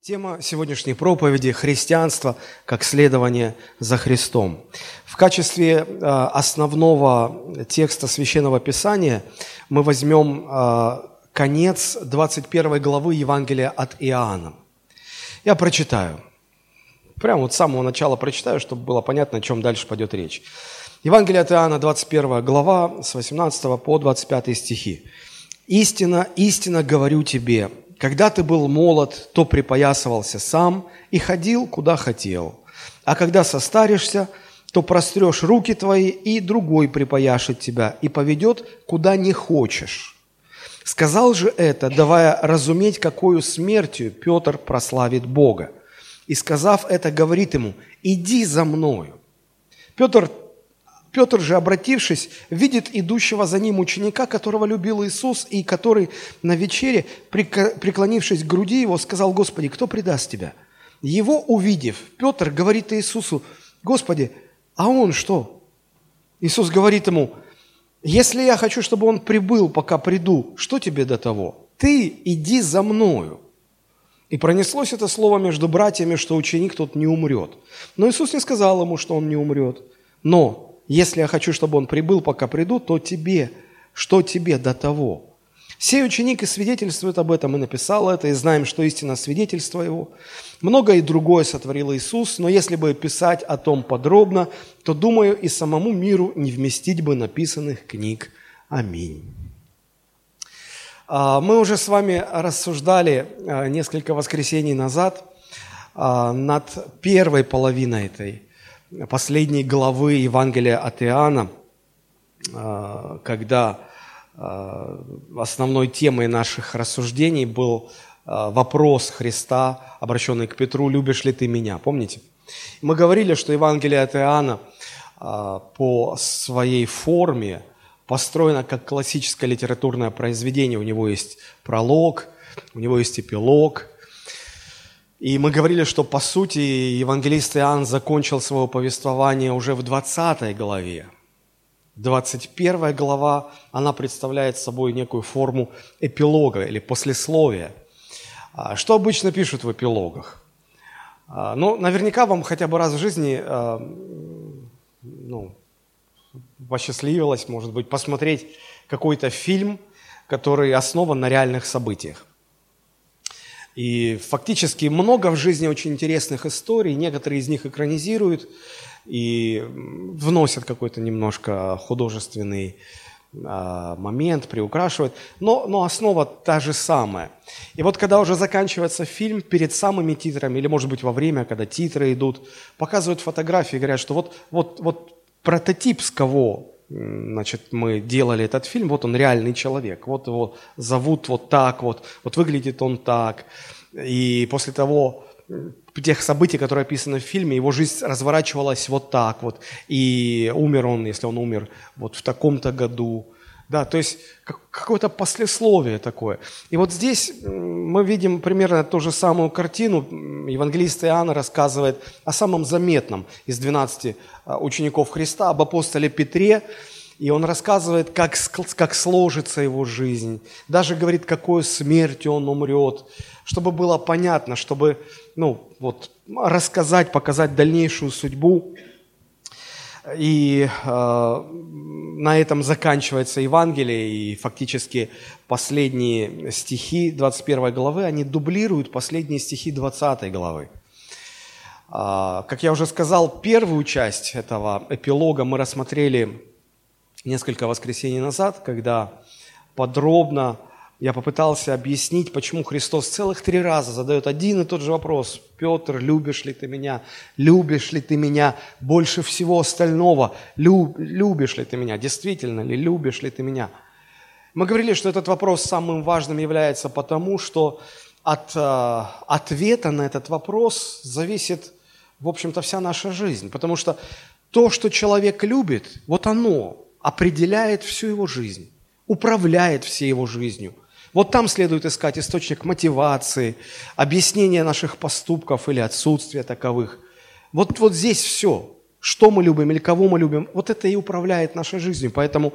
Тема сегодняшней проповеди – христианство как следование за Христом. В качестве основного текста Священного Писания мы возьмем конец 21 главы Евангелия от Иоанна. Я прочитаю. Прямо вот с самого начала прочитаю, чтобы было понятно, о чем дальше пойдет речь. Евангелие от Иоанна, 21 глава, с 18 по 25 стихи. «Истина, истинно говорю тебе, когда ты был молод, то припоясывался сам и ходил, куда хотел. А когда состаришься, то прострешь руки твои, и другой припояшет тебя и поведет, куда не хочешь». Сказал же это, давая разуметь, какою смертью Петр прославит Бога. И, сказав это, говорит ему: «Иди за мною». Петр же, обратившись, видит идущего за ним ученика, которого любил Иисус, и который на вечере, преклонившись к груди его, сказал: «Господи, кто предаст тебя?» Его увидев, Петр говорит Иисусу: «Господи, а он что?» Иисус говорит ему: «Если я хочу, чтобы он прибыл, пока приду, что тебе до того? Ты иди за мною». И пронеслось это слово между братьями, что ученик тот не умрет. Но Иисус не сказал ему, что он не умрет. Но если я хочу, чтобы он прибыл, пока приду, то что тебе до того? Сей ученик и свидетельствует об этом, и написал это, и знаем, что истинно свидетельство его. Многое и другое сотворил Иисус, но если бы писать о том подробно, то, думаю, и самому миру не вместить бы написанных книг. Аминь. Мы уже с вами рассуждали несколько воскресений назад над первой половиной этой последней главы Евангелия от Иоанна, когда основной темой наших рассуждений был вопрос Христа, обращенный к Петру: «Любишь ли ты меня?» Помните? Мы говорили, что Евангелие от Иоанна по своей форме построено как классическое литературное произведение. У него есть пролог, у него есть эпилог. И мы говорили, что, по сути, евангелист Иоанн закончил свое повествование уже в 20 главе. 21 глава, она представляет собой некую форму эпилога или послесловия. Что обычно пишут в эпилогах? Ну, наверняка вам хотя бы раз в жизни посчастливилось, может быть, посмотреть какой-то фильм, который основан на реальных событиях. И фактически много в жизни очень интересных историй, некоторые из них экранизируют и вносят какой-то немножко художественный момент, приукрашивают, но основа та же самая. И вот когда уже заканчивается фильм, перед самыми титрами, или может быть во время, когда титры идут, показывают фотографии и говорят, что вот прототип, с кого мы делали этот фильм, вот он реальный человек, вот его зовут вот так, вот выглядит он так. И после тех событий, которые описаны в фильме, его жизнь разворачивалась вот так вот. И умер он, если он умер, вот в таком-то году. Да, то есть какое-то послесловие такое. И вот здесь мы видим примерно ту же самую картину. Евангелист Иоанн рассказывает о самом заметном из 12 учеников Христа, об апостоле Петре. И он рассказывает, как сложится его жизнь. Даже говорит, какой смертью он умрет. Чтобы было понятно, чтобы рассказать, показать дальнейшую судьбу. И на этом заканчивается Евангелие, и фактически последние стихи 21 главы, они дублируют последние стихи 20 главы. Как я уже сказал, первую часть этого эпилога мы рассмотрели несколько воскресений назад, когда подробно я попытался объяснить, почему Христос целых 3 раза задает один и тот же вопрос: «Петр, любишь ли ты меня? Любишь ли ты меня больше всего остального? Любишь ли ты меня? Действительно ли любишь ли ты меня?» Мы говорили, что этот вопрос самым важным является потому, что от ответа на этот вопрос зависит, в общем-то, вся наша жизнь. Потому что то, что человек любит, вот оно определяет всю его жизнь, управляет всей его жизнью. Вот там следует искать источник мотивации, объяснения наших поступков или отсутствия таковых. Вот здесь все, что мы любим или кого мы любим, вот это и управляет нашей жизнью. Поэтому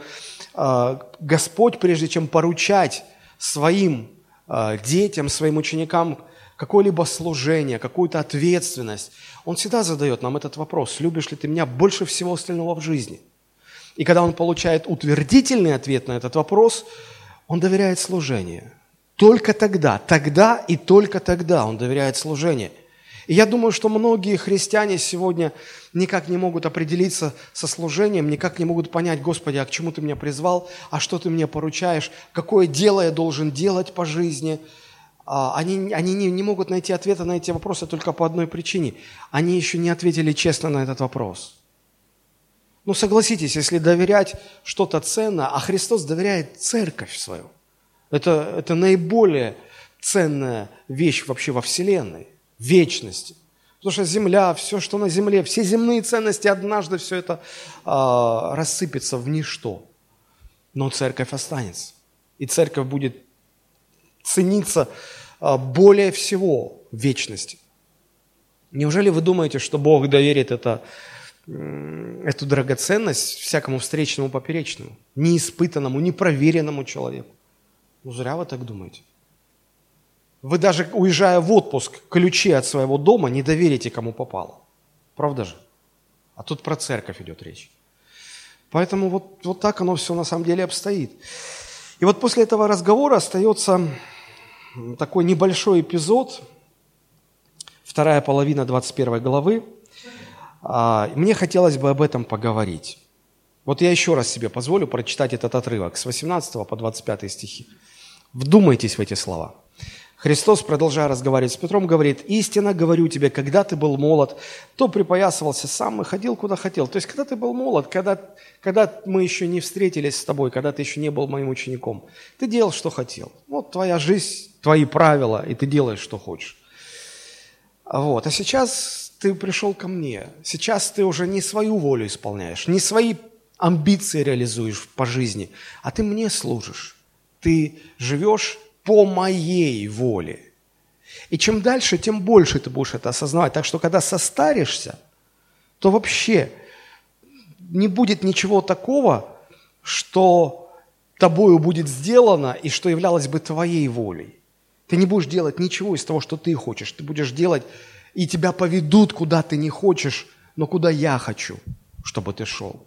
Господь, прежде чем поручать своим детям, своим ученикам какое-либо служение, какую-то ответственность, Он всегда задает нам этот вопрос: любишь ли ты меня больше всего остального в жизни? И когда он получает утвердительный ответ на этот вопрос, он доверяет служению. Только тогда и только тогда он доверяет служению. И я думаю, что многие христиане сегодня никак не могут определиться со служением, никак не могут понять: Господи, а к чему Ты меня призвал, а что Ты мне поручаешь, какое дело я должен делать по жизни. Они не могут найти ответа на эти вопросы только по одной причине. Они еще не ответили честно на этот вопрос. Ну, согласитесь, если доверять что-то ценно, а Христос доверяет церковь свою, это наиболее ценная вещь вообще во Вселенной, в вечности. Потому что земля, все, что на земле, все земные ценности, однажды все это рассыпется в ничто. Но церковь останется. И церковь будет цениться более всего в вечности. Неужели вы думаете, что Бог доверит эту драгоценность всякому встречному поперечному, неиспытанному, непроверенному человеку? Ну, зря вы так думаете. Вы даже, уезжая в отпуск, ключи от своего дома не доверите, кому попало. Правда же? А тут про церковь идет речь. Поэтому вот так оно все на самом деле обстоит. И вот после этого разговора остается такой небольшой эпизод, вторая половина 21 главы. Мне хотелось бы об этом поговорить. Вот я еще раз себе позволю прочитать этот отрывок с 18 по 25 стихи. Вдумайтесь в эти слова. Христос, продолжая разговаривать с Петром, говорит: «Истинно говорю тебе, когда ты был молод, то припоясывался сам и ходил, куда хотел». То есть, когда ты был молод, когда мы еще не встретились с тобой, когда ты еще не был моим учеником, ты делал, что хотел. Вот твоя жизнь, твои правила, и ты делаешь, что хочешь. А сейчас ты пришел ко мне. Сейчас ты уже не свою волю исполняешь, не свои амбиции реализуешь по жизни, а ты мне служишь. Ты живешь по моей воле. И чем дальше, тем больше ты будешь это осознавать. Так что, когда состаришься, то вообще не будет ничего такого, что тобою будет сделано и что являлось бы твоей волей. Ты не будешь делать ничего из того, что ты хочешь. Ты будешь делать, и тебя поведут, куда ты не хочешь, но куда я хочу, чтобы ты шел.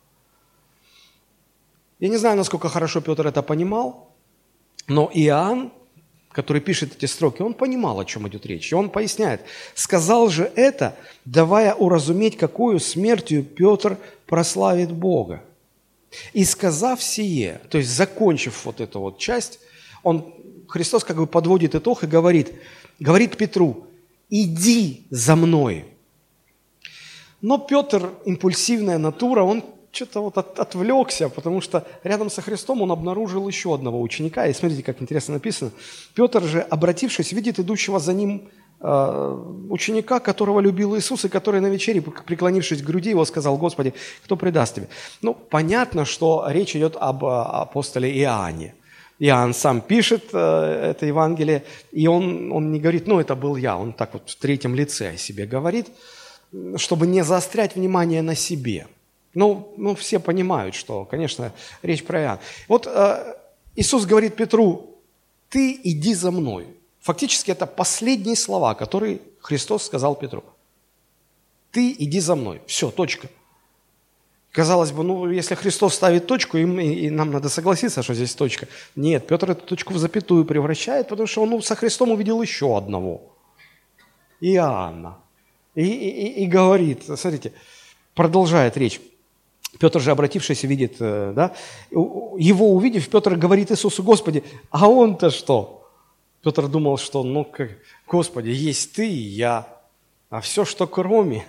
Я не знаю, насколько хорошо Петр это понимал, но Иоанн, который пишет эти строки, он понимал, о чем идет речь. И он поясняет: «Сказал же это, давая уразуметь, какую смертью Петр прославит Бога. И сказав сие», то есть закончив вот эту вот часть, Христос как бы подводит итог и говорит Петру: «Иди за мной». Но Петр, импульсивная натура, он что-то отвлекся, потому что рядом со Христом он обнаружил еще одного ученика. И смотрите, как интересно написано. Петр же, обратившись, видит идущего за ним ученика, которого любил Иисус, и который на вечере, преклонившись к груди его, сказал: «Господи, кто предаст тебе?» Ну, понятно, что речь идет об апостоле Иоанне. Иоанн сам пишет это Евангелие, и он не говорит: «Ну, это был я». Он так вот в третьем лице о себе говорит, чтобы не заострять внимание на себе. Ну, все понимают, что, конечно, речь про Иоанна. Вот Иисус говорит Петру: «Ты иди за мной». Фактически это последние слова, которые Христос сказал Петру. «Ты иди за мной». Все, точка. Казалось бы, если Христос ставит точку, и нам надо согласиться, что здесь точка. Нет, Петр эту точку в запятую превращает, потому что он со Христом увидел еще одного. Иоанна. И говорит, смотрите, продолжает речь. Петр же, обратившись, видит, его увидев, Петр говорит Иисусу: «Господи, а он-то что?» Петр думал, что, Господи, есть ты и я, а все, что кроме,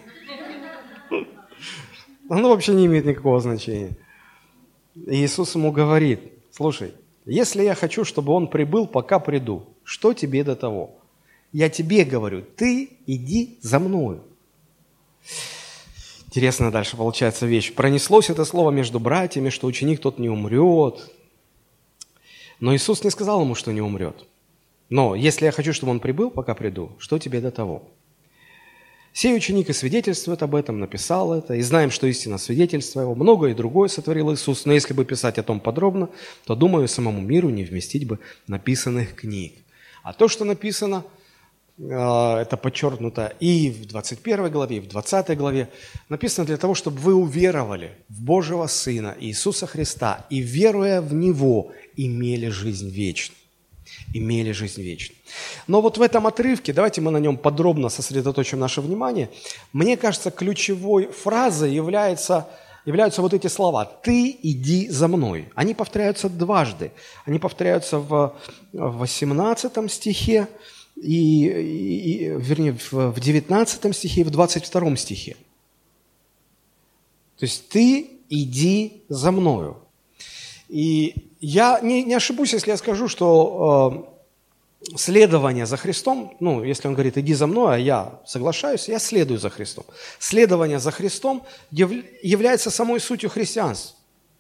оно вообще не имеет никакого значения. И Иисус ему говорит: «Слушай, если я хочу, чтобы он прибыл, пока приду, что тебе до того? Я тебе говорю, ты иди за мною». Интересно дальше получается вещь. Пронеслось это слово между братьями, что ученик тот не умрет. Но Иисус не сказал ему, что не умрет. Но если я хочу, чтобы он прибыл, пока приду, что тебе до того? Сей ученик и свидетельствует об этом, написал это, и знаем, что истина свидетельство его. Многое и другое сотворил Иисус, но если бы писать о том подробно, то, думаю, самому миру не вместить бы написанных книг. А то, что написано, это подчеркнуто и в 21 главе, и в 20 главе, написано для того, чтобы вы уверовали в Божьего Сына Иисуса Христа и, веруя в Него, имели жизнь вечную. Имели жизнь вечную. Но вот в этом отрывке, давайте мы на нем подробно сосредоточим наше внимание, мне кажется, ключевой фразой являются вот эти слова «Ты иди за мной». Они повторяются дважды. Они повторяются в 18 стихе, вернее, в 19 стихе и в 22 стихе. То есть «Ты иди за мною». И я не ошибусь, если я скажу, что следование за Христом, если он говорит «иди за мной», а я соглашаюсь, я следую за Христом. Следование за Христом является самой сутью христианства.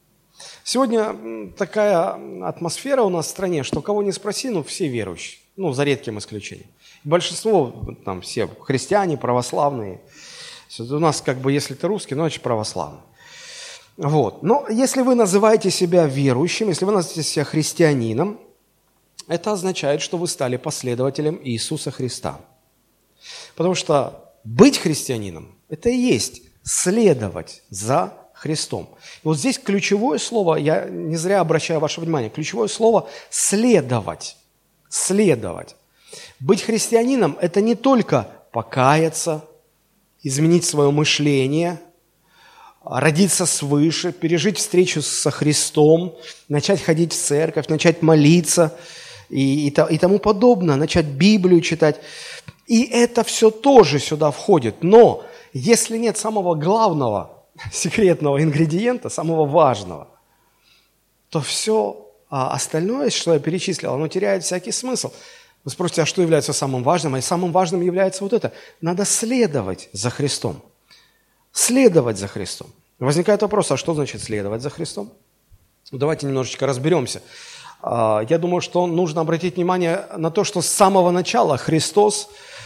Сегодня такая атмосфера у нас в стране, что кого не спроси, все верующие, за редким исключением. Большинство, все христиане, православные. У нас если ты русский, значит православный. Вот. Но если вы называете себя верующим, если вы называете себя христианином, это означает, что вы стали последователем Иисуса Христа. Потому что быть христианином – это и есть следовать за Христом. И вот здесь ключевое слово, я не зря обращаю ваше внимание, ключевое слово «следовать». Следовать. Быть христианином – это не только покаяться, изменить свое мышление – родиться свыше, пережить встречу со Христом, начать ходить в церковь, начать молиться и тому подобное, начать Библию читать. И это все тоже сюда входит. Но если нет самого главного, секретного ингредиента, самого важного, то все остальное, что я перечислил, оно теряет всякий смысл. Вы спросите, а что является самым важным? А самым важным является вот это. Надо следовать за Христом. Следовать за Христом. Возникает вопрос, а что значит следовать за Христом? Давайте немножечко разберемся. Я думаю, что нужно обратить внимание на то, что с самого начала Христос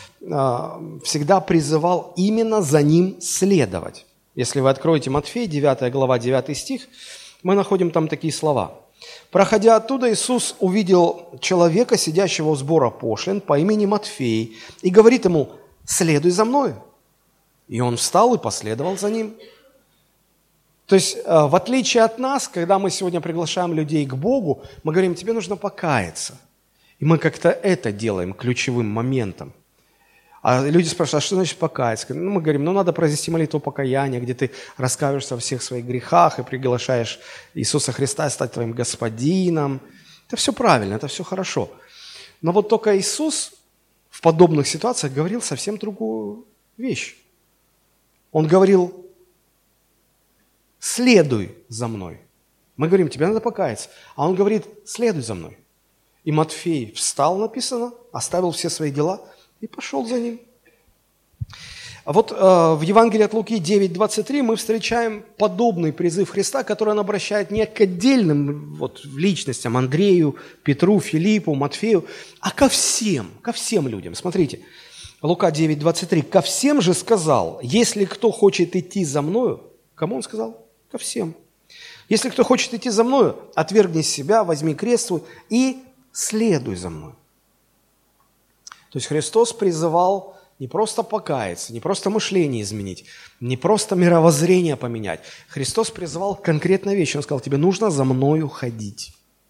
всегда призывал именно за Ним следовать. Если вы откроете Матфея, 9 глава, 9 стих, мы находим там такие слова. «Проходя оттуда, Иисус увидел человека, сидящего у сбора пошлин, по имени Матфей, и говорит ему: следуй за мною. И он встал и последовал за ним». То есть, в отличие от нас, когда мы сегодня приглашаем людей к Богу, мы говорим: тебе нужно покаяться. И мы как-то это делаем ключевым моментом. А люди спрашивают: а что значит покаяться? Мы говорим: надо произнести молитву покаяния, где ты раскаиваешься во всех своих грехах и приглашаешь Иисуса Христа стать твоим господином. Это все правильно, это все хорошо. Но вот только Иисус в подобных ситуациях говорил совсем другую вещь. Он говорил: следуй за мной. Мы говорим: тебе надо покаяться. А он говорит: следуй за мной. И Матфей встал, написано, оставил все свои дела и пошел за ним. А вот в Евангелии от Луки 9:23 мы встречаем подобный призыв Христа, который он обращает не к отдельным личностям, Андрею, Петру, Филиппу, Матфею, а ко всем людям. Смотрите, Лука 9:23. «Ко всем же сказал: если кто хочет идти за мною». Кому он сказал? Ко всем. «Если кто хочет идти за мною, отвергни себя, возьми крест свой и следуй за мной». То есть Христос призывал не просто покаяться, не просто мышление изменить, не просто мировоззрение поменять. Христос призывал конкретную вещь. Он сказал: тебе нужно за мною ходить,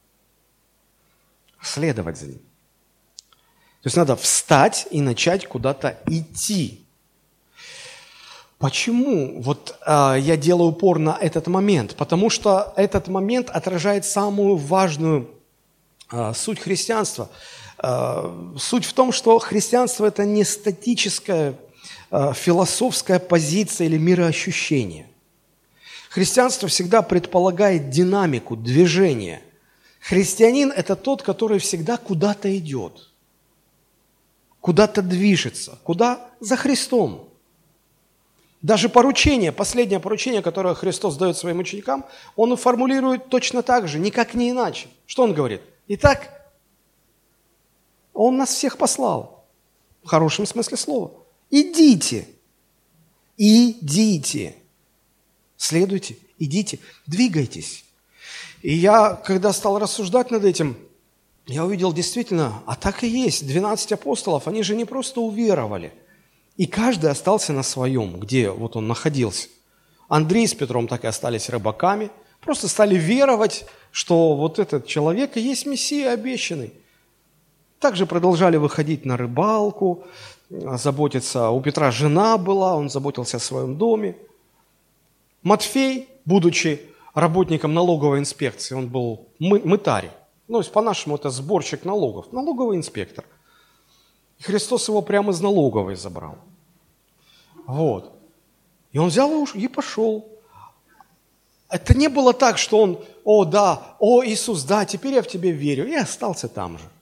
следовать за ним. То есть надо встать и начать куда-то идти. Почему я делаю упор на этот момент? Потому что этот момент отражает самую важную суть христианства. Суть в том, что христианство – это не статическая философская позиция или мироощущение. Христианство всегда предполагает динамику, движение. Христианин – это тот, который всегда куда-то идет, куда-то движется. Куда? За Христом. Даже поручение, последнее поручение, которое Христос дает своим ученикам, Он формулирует точно так же, никак не иначе. Что Он говорит? Итак, Он нас всех послал, в хорошем смысле слова. Идите, следуйте, идите, двигайтесь. И я, когда стал рассуждать над этим, я увидел действительно, а так и есть, 12 апостолов, они же не просто уверовали, и каждый остался на своем, где вот он находился. Андрей с Петром так и остались рыбаками, просто стали веровать, что вот этот человек и есть Мессия обещанный. Также продолжали выходить на рыбалку, заботиться. У Петра жена была, он заботился о своем доме. Матфей, будучи работником налоговой инспекции, он был мытарь. Ну, по-нашему это сборщик налогов, налоговый инспектор. И Христос его прямо из налоговой забрал. Вот. И он взял и пошел. Это не было так, что он, Иисус, да, теперь я в тебе верю, и остался там же.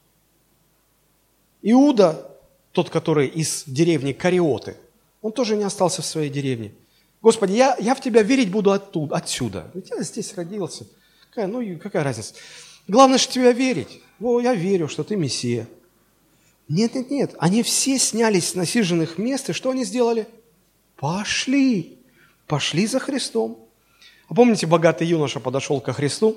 Иуда, тот, который из деревни Кариоты, он тоже не остался в своей деревне. Господи, я в тебя верить буду отсюда. Ведь я здесь родился. Какая разница? Главное, что в тебя верить. Я верю, что ты Мессия. Нет. Они все снялись с насиженных мест, и что они сделали? Пошли за Христом. А помните, богатый юноша подошел ко Христу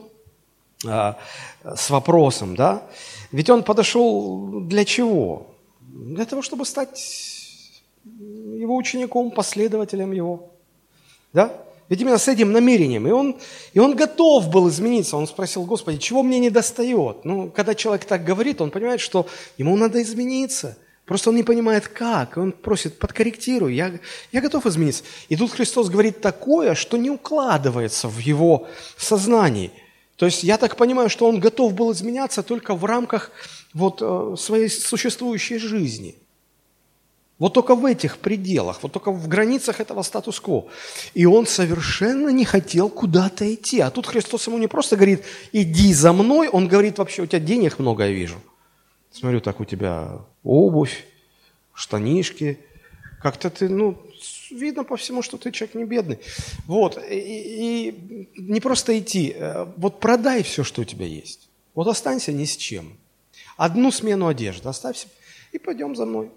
с вопросом, да? Ведь он подошел для чего? Для того, чтобы стать его учеником, последователем его. Да? Ведь именно с этим намерением. И он готов был измениться. Он спросил: Господи, чего мне не достает? Когда человек так говорит, он понимает, что ему надо измениться. Просто он не понимает, как. Он просит: подкорректируй, я готов измениться. И тут Христос говорит такое, что не укладывается в его сознании. То есть я так понимаю, что он готов был изменяться только в рамках своей существующей жизни. Вот только в этих пределах, вот только в границах этого статус-кво. И он совершенно не хотел куда-то идти. А тут Христос ему не просто говорит: иди за мной, он говорит: вообще, у тебя денег много, я вижу. Смотрю, так у тебя обувь, штанишки. Как-то ты, видно по всему, что ты человек не бедный. Вот, и не просто идти, вот продай все, что у тебя есть. Вот останься ни с чем. Одну смену одежды оставь себе и пойдем за мной.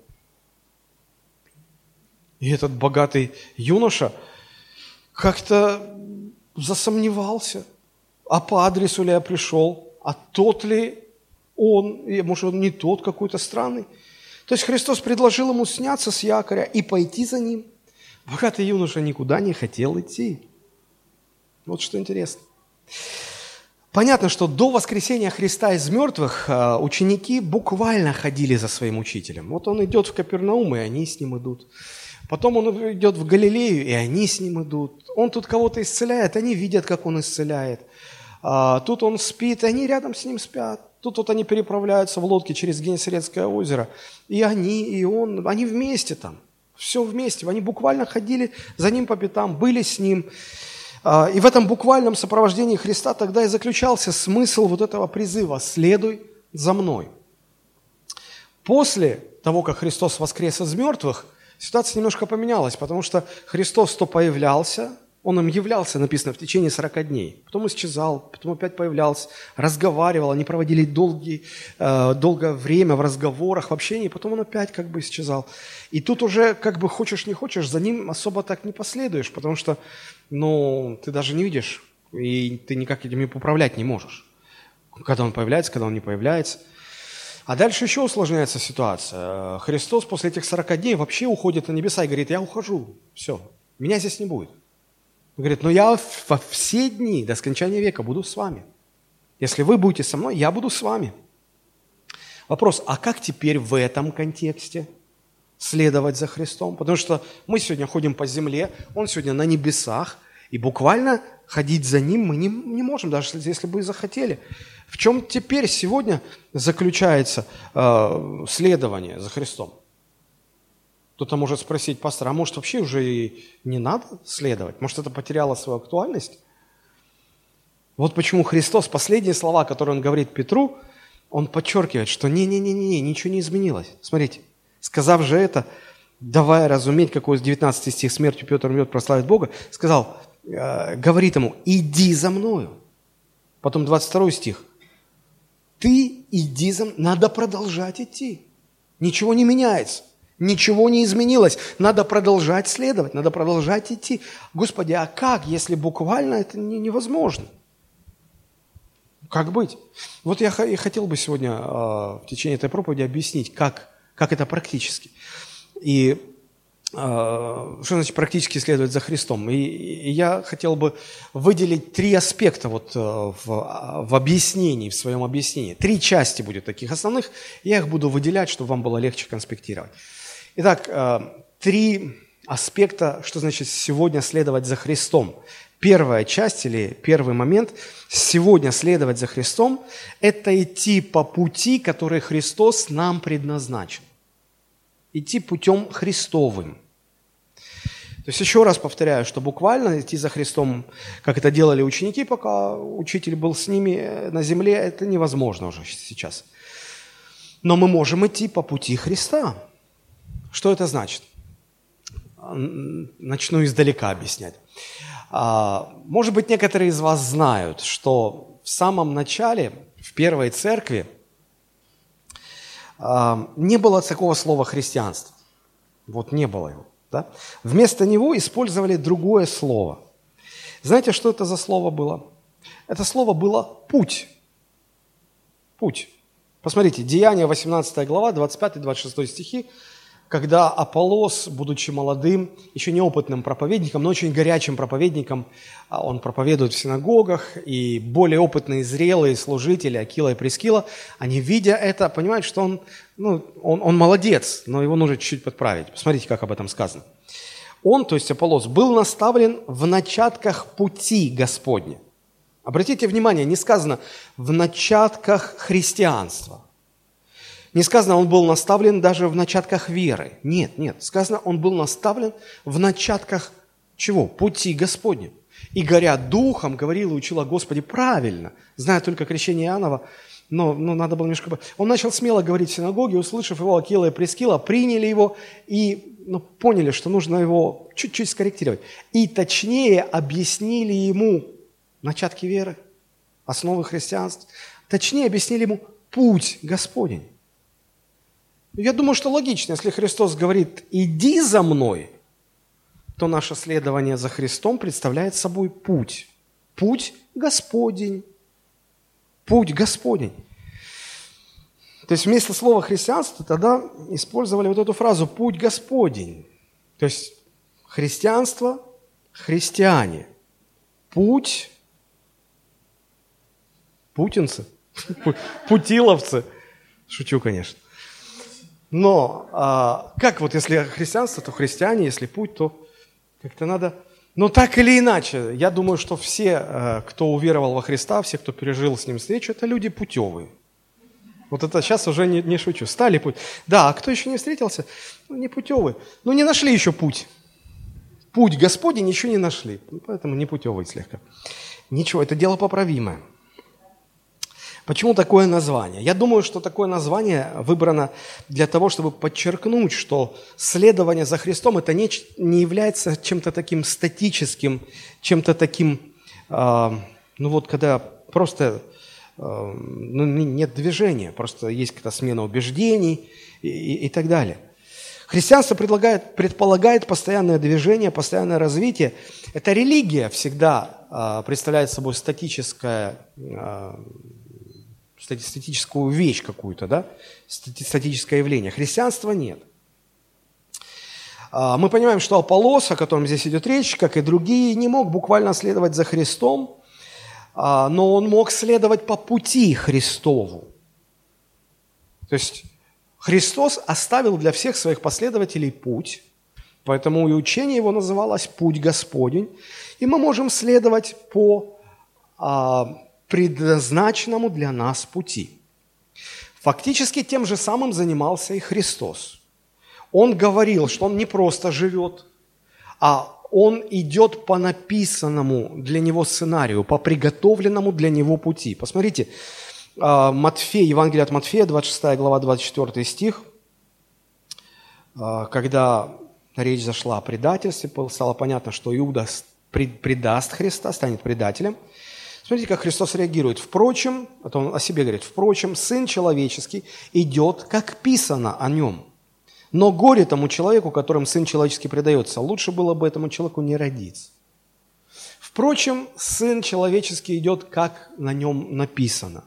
И этот богатый юноша как-то засомневался, а по адресу ли я пришел, а тот ли он, может, он не тот, какой-то странный. То есть Христос предложил ему сняться с якоря и пойти за ним. Богатый юноша никуда не хотел идти. Вот что интересно. Понятно, что до воскресения Христа из мертвых ученики буквально ходили за своим учителем. Вот он идет в Капернаум, и они с ним идут. Потом он идет в Галилею, и они с ним идут. Он тут кого-то исцеляет, они видят, как он исцеляет. Тут он спит, и они рядом с ним спят. Тут они переправляются в лодке через Генесарецкое озеро. И они, и он, они вместе там. Все вместе. Они буквально ходили за ним по пятам, были с ним. И в этом буквальном сопровождении Христа тогда и заключался смысл вот этого призыва: «Следуй за мной». После того, как Христос воскрес из мертвых, ситуация немножко поменялась, потому что Христос то появлялся, Он им являлся, написано, в течение 40 дней. Потом исчезал, потом опять появлялся, разговаривал, они проводили долгое время в разговорах, в общении, потом Он опять как бы исчезал. И тут уже как бы хочешь не хочешь, за Ним особо так не последуешь, потому что, ты даже не видишь, и ты никак этим управлять не можешь. Когда Он появляется, когда Он не появляется. А дальше еще усложняется ситуация. Христос после этих 40 дней вообще уходит на небеса и говорит: я ухожу, все, меня здесь не будет. Он говорит: но я во все дни до скончания века буду с вами. Если вы будете со мной, я буду с вами. Вопрос: а как теперь в этом контексте следовать за Христом? Потому что мы сегодня ходим по земле, Он сегодня на небесах, и буквально ходить за Ним мы не можем, даже если бы и захотели. В чем теперь сегодня заключается следование за Христом? Кто-то может спросить: пастор, а может вообще уже и не надо следовать? Может, это потеряло свою актуальность? Вот почему Христос, последние слова, которые Он говорит Петру, Он подчеркивает, что не-не-не, ничего не изменилось. Смотрите, сказав же это, давая разуметь, какой 19 стих: смертью Петр умрет, прославит Бога, сказал, говорит ему: иди за мною. Потом 22 стих: ты иди за мной. Надо продолжать идти. Ничего не меняется. Ничего не изменилось. Надо продолжать следовать, надо продолжать идти. Господи, а как, если буквально это невозможно? Как быть? Вот я и хотел бы сегодня в течение этой проповеди объяснить, как это практически. И что значит практически следовать за Христом? И я хотел бы выделить 3 аспекта в объяснении, в своем объяснении. 3 части будет таких основных, я их буду выделять, чтобы вам было легче конспектировать. Итак, 3 аспекта, что значит сегодня следовать за Христом. Первая часть или первый момент сегодня следовать за Христом – это идти по пути, который Христос нам предназначил. Идти путем Христовым. То есть еще раз повторяю, что буквально идти за Христом, как это делали ученики, пока учитель был с ними на земле, это невозможно уже сейчас. Но мы можем идти по пути Христа. Что это значит? Начну издалека объяснять. Может быть, некоторые из вас знают, что в самом начале, в первой церкви, не было такого слова «христианство». Вот не было его. Да? Вместо него использовали другое слово. Знаете, что это за слово было? Это слово было «путь». Путь. Посмотрите, Деяния, 18 глава, 25-26 стихи. Когда Аполлос, будучи молодым, еще неопытным проповедником, но очень горячим проповедником, он проповедует в синагогах, и более опытные, зрелые служители Акила и Прискила, они, видя это, понимают, что он молодец, но его нужно чуть-чуть подправить. Посмотрите, как об этом сказано. Он, то есть Аполлос, был наставлен в начатках пути Господня. Обратите внимание, не сказано «в начатках христианства». Не сказано, он был наставлен даже в начатках веры. Нет. Сказано, он был наставлен в начатках чего? Пути Господня. И, горя духом, говорил и учил о Господе правильно, зная только крещение Иоаннова, но надо было немножко... Он начал смело говорить в синагоге, услышав его, Акила и Прискила приняли его и поняли, что нужно его чуть-чуть скорректировать. И точнее объяснили ему начатки веры, основы христианства. Точнее объяснили ему путь Господень. Я думаю, что логично, если Христос говорит «иди за мной», то наше следование за Христом представляет собой путь. Путь Господень. Путь Господень. То есть вместо слова «христианство» тогда использовали вот эту фразу «путь Господень». То есть христианство, христиане. Путь, путинцы, путиловцы. Шучу, конечно. Но как вот если христианство, то христиане, если путь, то как-то надо... Но так или иначе, я думаю, что все, кто уверовал во Христа, все, кто пережил с Ним встречу, это люди путевые. Вот это сейчас уже не шучу. Стали путь. Да, а кто еще не встретился? Не путевые. Не нашли еще путь. Путь Господень еще не нашли. Поэтому не путевые слегка. Ничего, это дело поправимое. Почему такое название? Я думаю, что такое название выбрано для того, чтобы подчеркнуть, что следование за Христом это не является чем-то таким статическим, чем-то таким, когда просто нет движения, просто есть какая-то смена убеждений и так далее. Христианство предполагает постоянное движение, постоянное развитие. Эта религия всегда представляет собой статическую вещь какую-то, да? Статическое явление. Христианства нет. Мы понимаем, что Аполлос, о котором здесь идет речь, как и другие, не мог буквально следовать за Христом, но он мог следовать по пути Христову. То есть Христос оставил для всех своих последователей путь, поэтому и учение его называлось «Путь Господень», и мы можем следовать по предназначенному для нас пути. Фактически тем же самым занимался и Христос. Он говорил, что Он не просто живет, а Он идет по написанному для Него сценарию, по приготовленному для Него пути. Посмотрите, Евангелие от Матфея, 26 глава, 24 стих, когда речь зашла о предательстве, стало понятно, что Иуда предаст Христа, станет предателем. Смотрите, как Христос реагирует. Впрочем, это Он о себе говорит, впрочем, Сын Человеческий идет, как писано о Нем. Но горе тому человеку, которым Сын Человеческий предается, лучше было бы этому человеку не родиться. Впрочем, Сын Человеческий идет, как на нем написано.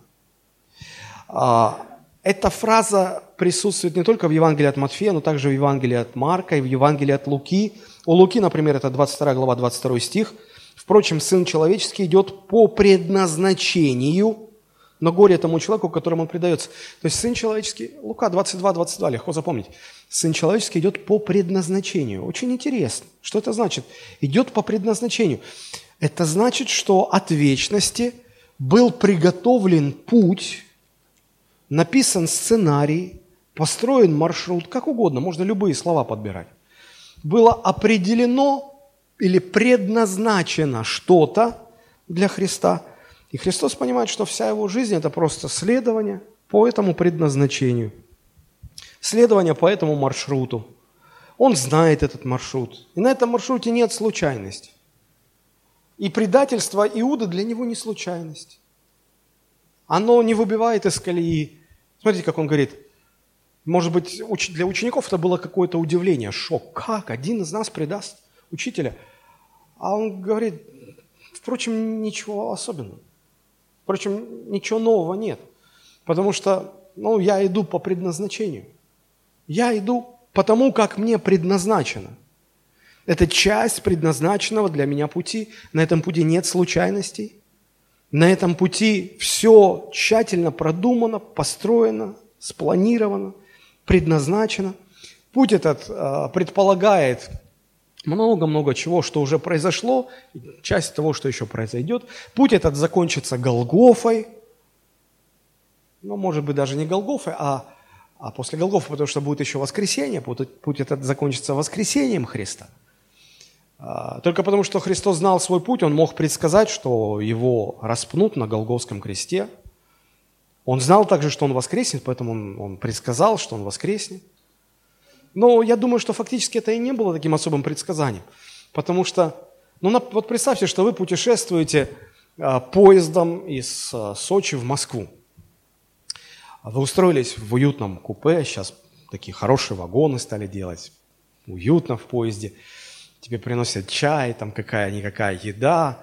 Эта фраза присутствует не только в Евангелии от Матфея, но также в Евангелии от Марка и в Евангелии от Луки. У Луки, например, это 22 глава, 22 стих. «Впрочем, Сын Человеческий идет по предназначению, но горе тому человеку, которому он предается». То есть Сын Человеческий, Лука 22, 22, легко запомнить. Сын Человеческий идет по предназначению. Очень интересно. Что это значит? Идет по предназначению. Это значит, что от вечности был приготовлен путь, написан сценарий, построен маршрут, как угодно, можно любые слова подбирать. Было определено или предназначено что-то для Христа. И Христос понимает, что вся его жизнь – это просто следование по этому предназначению. Следование по этому маршруту. Он знает этот маршрут. И на этом маршруте нет случайности. И предательство Иуды для него не случайность. Оно не выбивает из колеи. Смотрите, как он говорит. Может быть, для учеников это было какое-то удивление, шок. Как? Один из нас предаст учителя? А он говорит, впрочем, ничего особенного. Впрочем, ничего нового нет. Потому что я иду по предназначению. Я иду по тому, как мне предназначено. Это часть предназначенного для меня пути. На этом пути нет случайностей. На этом пути все тщательно продумано, построено, спланировано, предназначено. Путь этот предполагает много-много чего, что уже произошло, часть того, что еще произойдет. Путь этот закончится Голгофой, может быть, даже не Голгофой, а после Голгофы, потому что будет еще воскресение, путь этот закончится воскресением Христа. Только потому, что Христос знал свой путь, Он мог предсказать, что Его распнут на Голгофском кресте. Он знал также, что Он воскреснет, поэтому Он предсказал, что Он воскреснет. Но я думаю, что фактически это и не было таким особым предсказанием. Потому что, вот представьте, что вы путешествуете поездом из Сочи в Москву. Вы устроились в уютном купе, сейчас такие хорошие вагоны стали делать, уютно в поезде. Тебе приносят чай, там какая-никакая еда.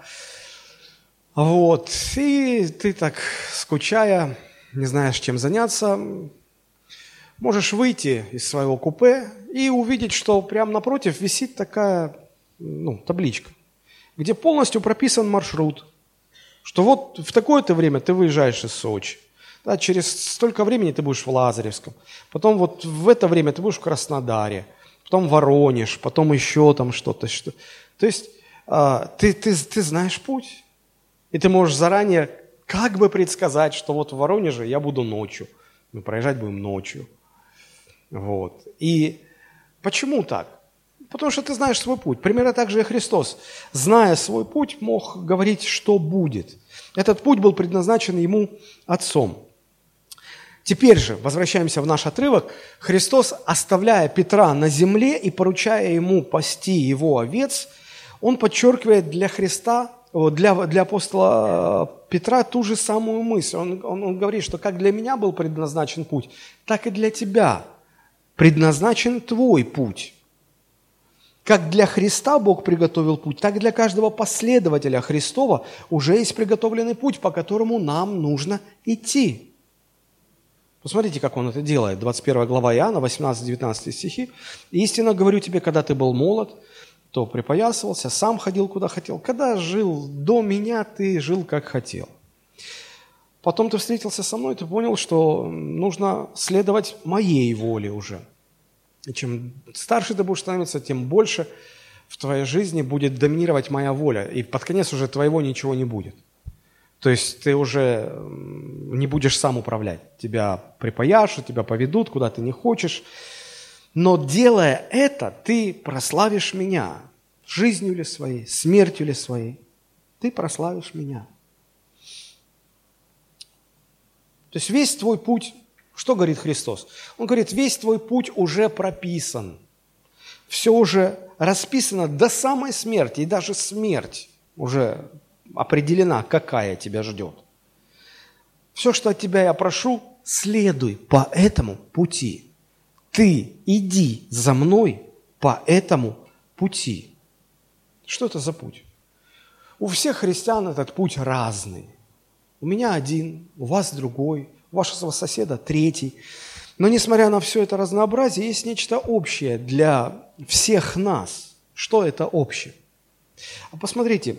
И ты так, скучая, не знаешь, чем заняться, можешь выйти из своего купе и увидеть, что прямо напротив висит такая табличка, где полностью прописан маршрут, что вот в такое-то время ты выезжаешь из Сочи, да, через столько времени ты будешь в Лазаревском, потом вот в это время ты будешь в Краснодаре, потом Воронеж, потом еще там что-то. То есть ты знаешь путь, и ты можешь заранее как бы предсказать, что вот в Воронеже я буду ночью, мы проезжать будем ночью. И почему так? Потому что ты знаешь свой путь. Примерно так же и Христос, зная свой путь, мог говорить, что будет. Этот путь был предназначен Ему Отцом. Теперь же, возвращаемся в наш отрывок, Христос, оставляя Петра на земле и поручая ему пасти его овец, он подчеркивает для Христа, для апостола Петра ту же самую мысль. Он говорит, что как для меня был предназначен путь, так и для тебя предназначен твой путь. Как для Христа Бог приготовил путь, так и для каждого последователя Христова уже есть приготовленный путь, по которому нам нужно идти. Посмотрите, как он это делает. 21 глава Иоанна, 18-19 стихи. «Истинно говорю тебе, когда ты был молод, то припоясывался, сам ходил, куда хотел. Когда жил до меня, ты жил, как хотел. Потом ты встретился со мной, ты понял, что нужно следовать моей воле уже. И чем старше ты будешь становиться, тем больше в твоей жизни будет доминировать моя воля. И под конец уже твоего ничего не будет. То есть ты уже не будешь сам управлять. Тебя припаяшут, тебя поведут, куда ты не хочешь. Но делая это, ты прославишь меня. Жизнью ли своей, смертью ли своей. Ты прославишь меня. То есть весь твой путь, что говорит Христос? Он говорит, весь твой путь уже прописан. Все уже расписано до самой смерти. И даже смерть уже определена, какая тебя ждет. Все, что от тебя я прошу, следуй по этому пути. Ты иди за мной по этому пути. Что это за путь? У всех христиан этот путь разный. У меня один, у вас другой, у вашего соседа третий. Но несмотря на все это разнообразие, есть нечто общее для всех нас. Что это общее? А посмотрите,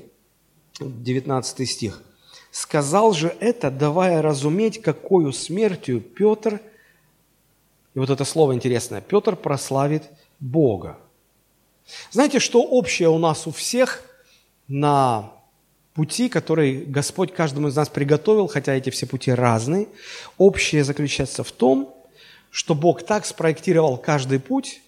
19 стих. «Сказал же это, давая разуметь, какою смертью Петр...» И вот это слово интересное. «Петр прославит Бога». Знаете, что общее у нас у всех на пути, который Господь каждому из нас приготовил, хотя эти все пути разные? Общее заключается в том, что Бог так спроектировал каждый путь,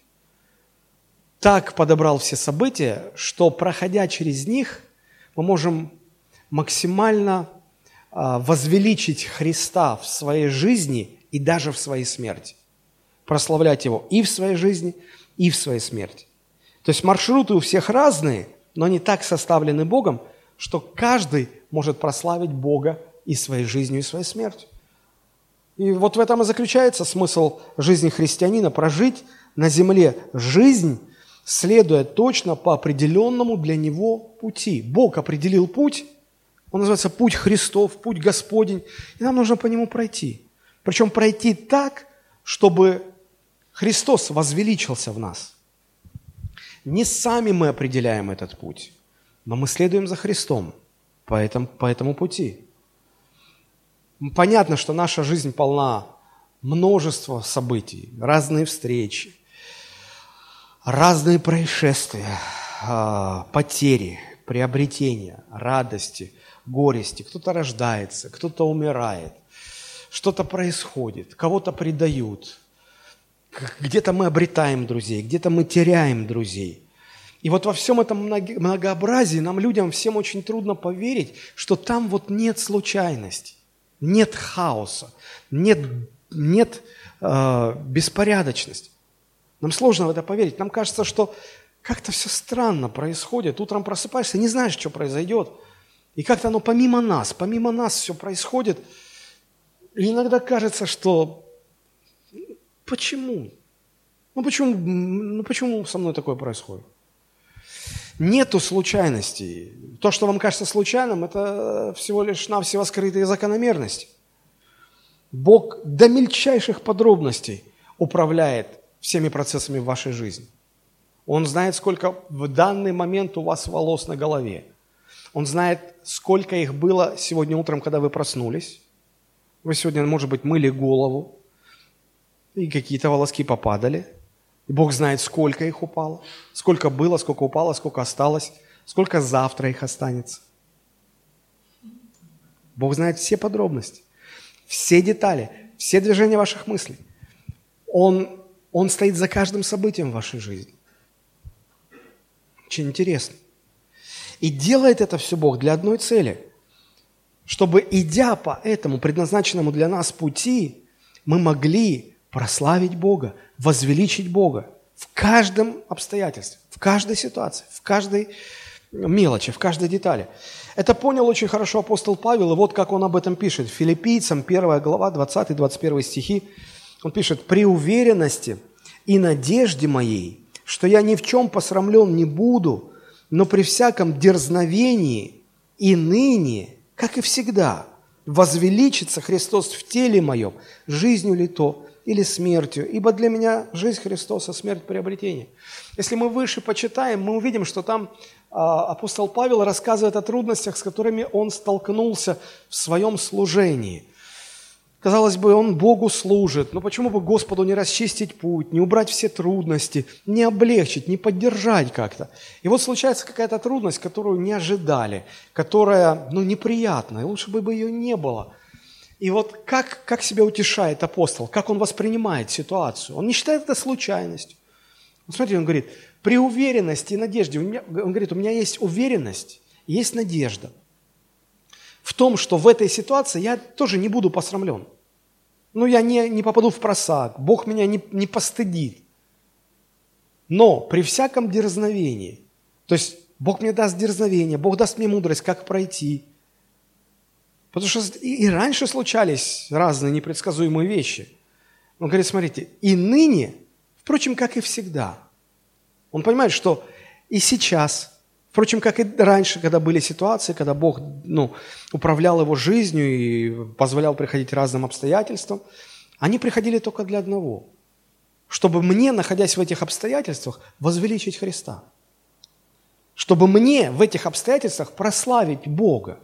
так подобрал все события, что, проходя через них, мы можем максимально возвеличить Христа в своей жизни и даже в своей смерти. Прославлять Его и в своей жизни, и в своей смерти. То есть маршруты у всех разные, но они так составлены Богом, что каждый может прославить Бога и своей жизнью, и своей смертью. И вот в этом и заключается смысл жизни христианина – прожить на земле жизнь, следуя точно по определенному для него пути. Бог определил путь, он называется путь Христов, путь Господень, и нам нужно по нему пройти. Причем пройти так, чтобы Христос возвеличился в нас. Не сами мы определяем этот путь, но мы следуем за Христом по этому пути. Понятно, что наша жизнь полна множества событий, разные встречи, разные происшествия, потери, приобретения, радости, горести. Кто-то рождается, кто-то умирает, что-то происходит, кого-то предают. Где-то мы обретаем друзей, где-то мы теряем друзей. И вот во всем этом многообразии нам, людям, всем очень трудно поверить, что там вот нет случайностей, нет хаоса, нет беспорядочности. Нам сложно в это поверить. Нам кажется, что как-то все странно происходит. Утром просыпаешься, не знаешь, что произойдет. И как-то оно помимо нас все происходит. И иногда кажется, что почему? Почему со мной такое происходит? Нету случайностей. То, что вам кажется случайным, это всего лишь навсего скрытые закономерности. Бог до мельчайших подробностей управляет всеми процессами в вашей жизни. Он знает, сколько в данный момент у вас волос на голове. Он знает, сколько их было сегодня утром, когда вы проснулись. Вы сегодня, может быть, мыли голову, и какие-то волоски попадали. И Бог знает, сколько их упало, сколько было, сколько упало, сколько осталось, сколько завтра их останется. Бог знает все подробности, все детали, все движения ваших мыслей. Он стоит за каждым событием в вашей жизни. Очень интересно. И делает это все Бог для одной цели, чтобы, идя по этому предназначенному для нас пути, мы могли прославить Бога, возвеличить Бога в каждом обстоятельстве, в каждой ситуации, в каждой мелочи, в каждой детали. Это понял очень хорошо апостол Павел, и вот как он об этом пишет. Филиппийцам 1 глава, 20-21 стихи. Он пишет: «При уверенности и надежде моей, что я ни в чем посрамлен не буду, но при всяком дерзновении и ныне, как и всегда, возвеличится Христос в теле моем, жизнью ли то, или смертью, ибо для меня жизнь Христос, а смерть приобретение». Если мы выше почитаем, мы увидим, что там апостол Павел рассказывает о трудностях, с которыми он столкнулся в своем служении. Казалось бы, он Богу служит, но почему бы Господу не расчистить путь, не убрать все трудности, не облегчить, не поддержать как-то? И вот случается какая-то трудность, которую не ожидали, которая, неприятная, лучше бы ее не было. И вот как себя утешает апостол, как он воспринимает ситуацию? Он не считает это случайностью. Смотрите, он говорит: при уверенности и надежде, он говорит, у меня есть уверенность, есть надежда в том, что в этой ситуации я тоже не буду посрамлен. Я не попаду в просак, Бог меня не постыдит. Но при всяком дерзновении, то есть Бог мне даст дерзновение, Бог даст мне мудрость, как пройти. Потому что и раньше случались разные непредсказуемые вещи. Он говорит: смотрите, и ныне, впрочем, как и всегда. Он понимает, что и сейчас Впрочем, как и раньше, когда были ситуации, когда Бог управлял его жизнью и позволял приходить разным обстоятельствам, они приходили только для одного, чтобы мне, находясь в этих обстоятельствах, возвеличить Христа. Чтобы мне в этих обстоятельствах прославить Бога.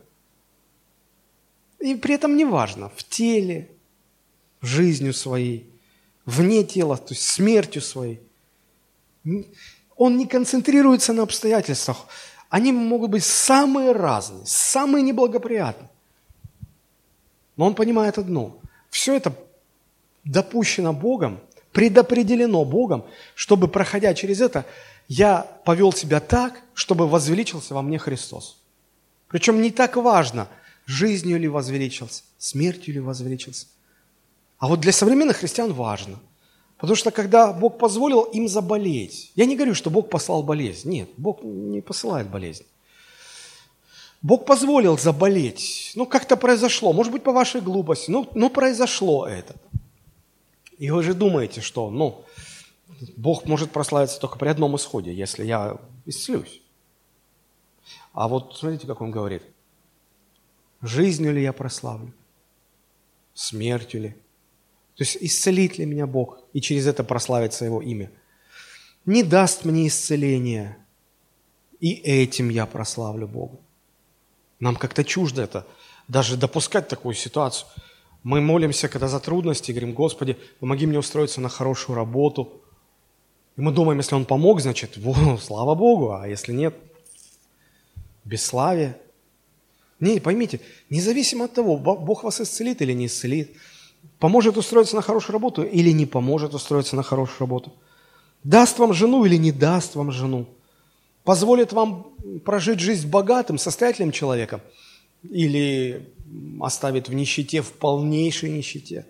И при этом неважно, в теле, жизнью своей, вне тела, то есть смертью своей. Он не концентрируется на обстоятельствах. Они могут быть самые разные, самые неблагоприятные. Но он понимает одно. Все это допущено Богом, предопределено Богом, чтобы, проходя через это, я повел себя так, чтобы возвеличился во мне Христос. Причем не так важно, жизнью ли возвеличился, смертью ли возвеличился. А вот для современных христиан важно. Потому что когда Бог позволил им заболеть, я не говорю, что Бог послал болезнь. Нет, Бог не посылает болезнь. Бог позволил заболеть. Как-то произошло. Может быть, по вашей глупости. Но произошло это. И вы же думаете, что, Бог может прославиться только при одном исходе, если я исцелюсь. А вот смотрите, как он говорит. Жизнью ли я прославлю? Смертью ли? То есть исцелит ли меня Бог, и через это прославится Его имя? Не даст мне исцеления, и этим я прославлю Бога. Нам как-то чуждо это, даже допускать такую ситуацию. Мы молимся, когда за трудности, говорим: Господи, помоги мне устроиться на хорошую работу. И мы думаем, если Он помог, значит, слава Богу, а если нет, бесславие. Не, поймите, независимо от того, Бог вас исцелит или не исцелит, поможет устроиться на хорошую работу или не поможет устроиться на хорошую работу, даст вам жену или не даст вам жену, позволит вам прожить жизнь богатым, состоятельным человеком или оставит в нищете, в полнейшей нищете,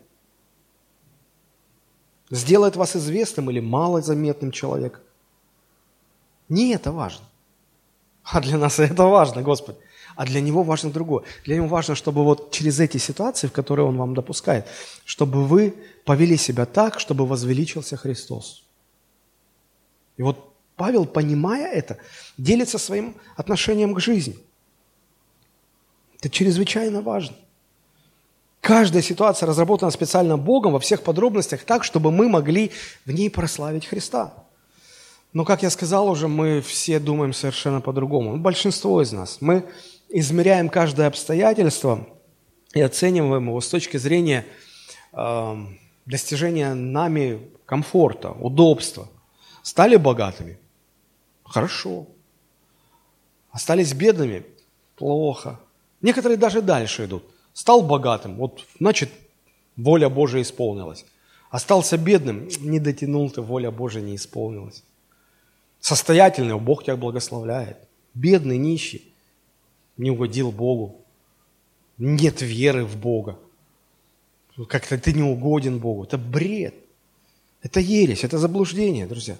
сделает вас известным или малозаметным человеком. Не это важно. А для нас это важно, Господи. А для Него важно другое. Для Него важно, чтобы вот через эти ситуации, в которые Он вам допускает, чтобы вы повели себя так, чтобы возвеличился Христос. И вот Павел, понимая это, делится своим отношением к жизни. Это чрезвычайно важно. Каждая ситуация разработана специально Богом во всех подробностях так, чтобы мы могли в ней прославить Христа. Но, как я сказал уже, мы все думаем совершенно по-другому. Большинство из нас. Мы измеряем каждое обстоятельство и оцениваем его с точки зрения достижения нами комфорта, удобства. Стали богатыми? Хорошо. Остались бедными? Плохо. Некоторые даже дальше идут. Стал богатым, вот значит, воля Божия исполнилась. Остался бедным, не дотянул ты, воля Божия не исполнилась. Состоятельный, Бог тебя благословляет. Бедный, нищий, не угодил Богу. Нет веры в Бога. Как-то ты не угоден Богу. Это бред. Это ересь, это заблуждение, друзья.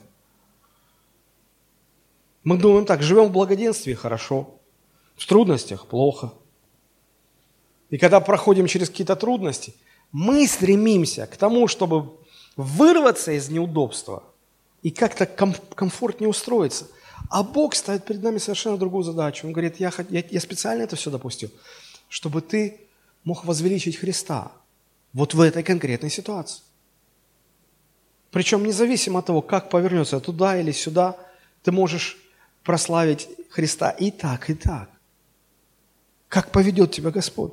Мы думаем так: живем в благоденствии — хорошо, в трудностях — плохо. И когда проходим через какие-то трудности, мы стремимся к тому, чтобы вырваться из неудобства и как-то комфортнее устроиться. А Бог ставит перед нами совершенно другую задачу. Он говорит: я специально это все допустил, чтобы ты мог возвеличить Христа вот в этой конкретной ситуации. Причем независимо от того, как повернется туда или сюда, ты можешь прославить Христа и так, и так. Как поведет тебя Господь.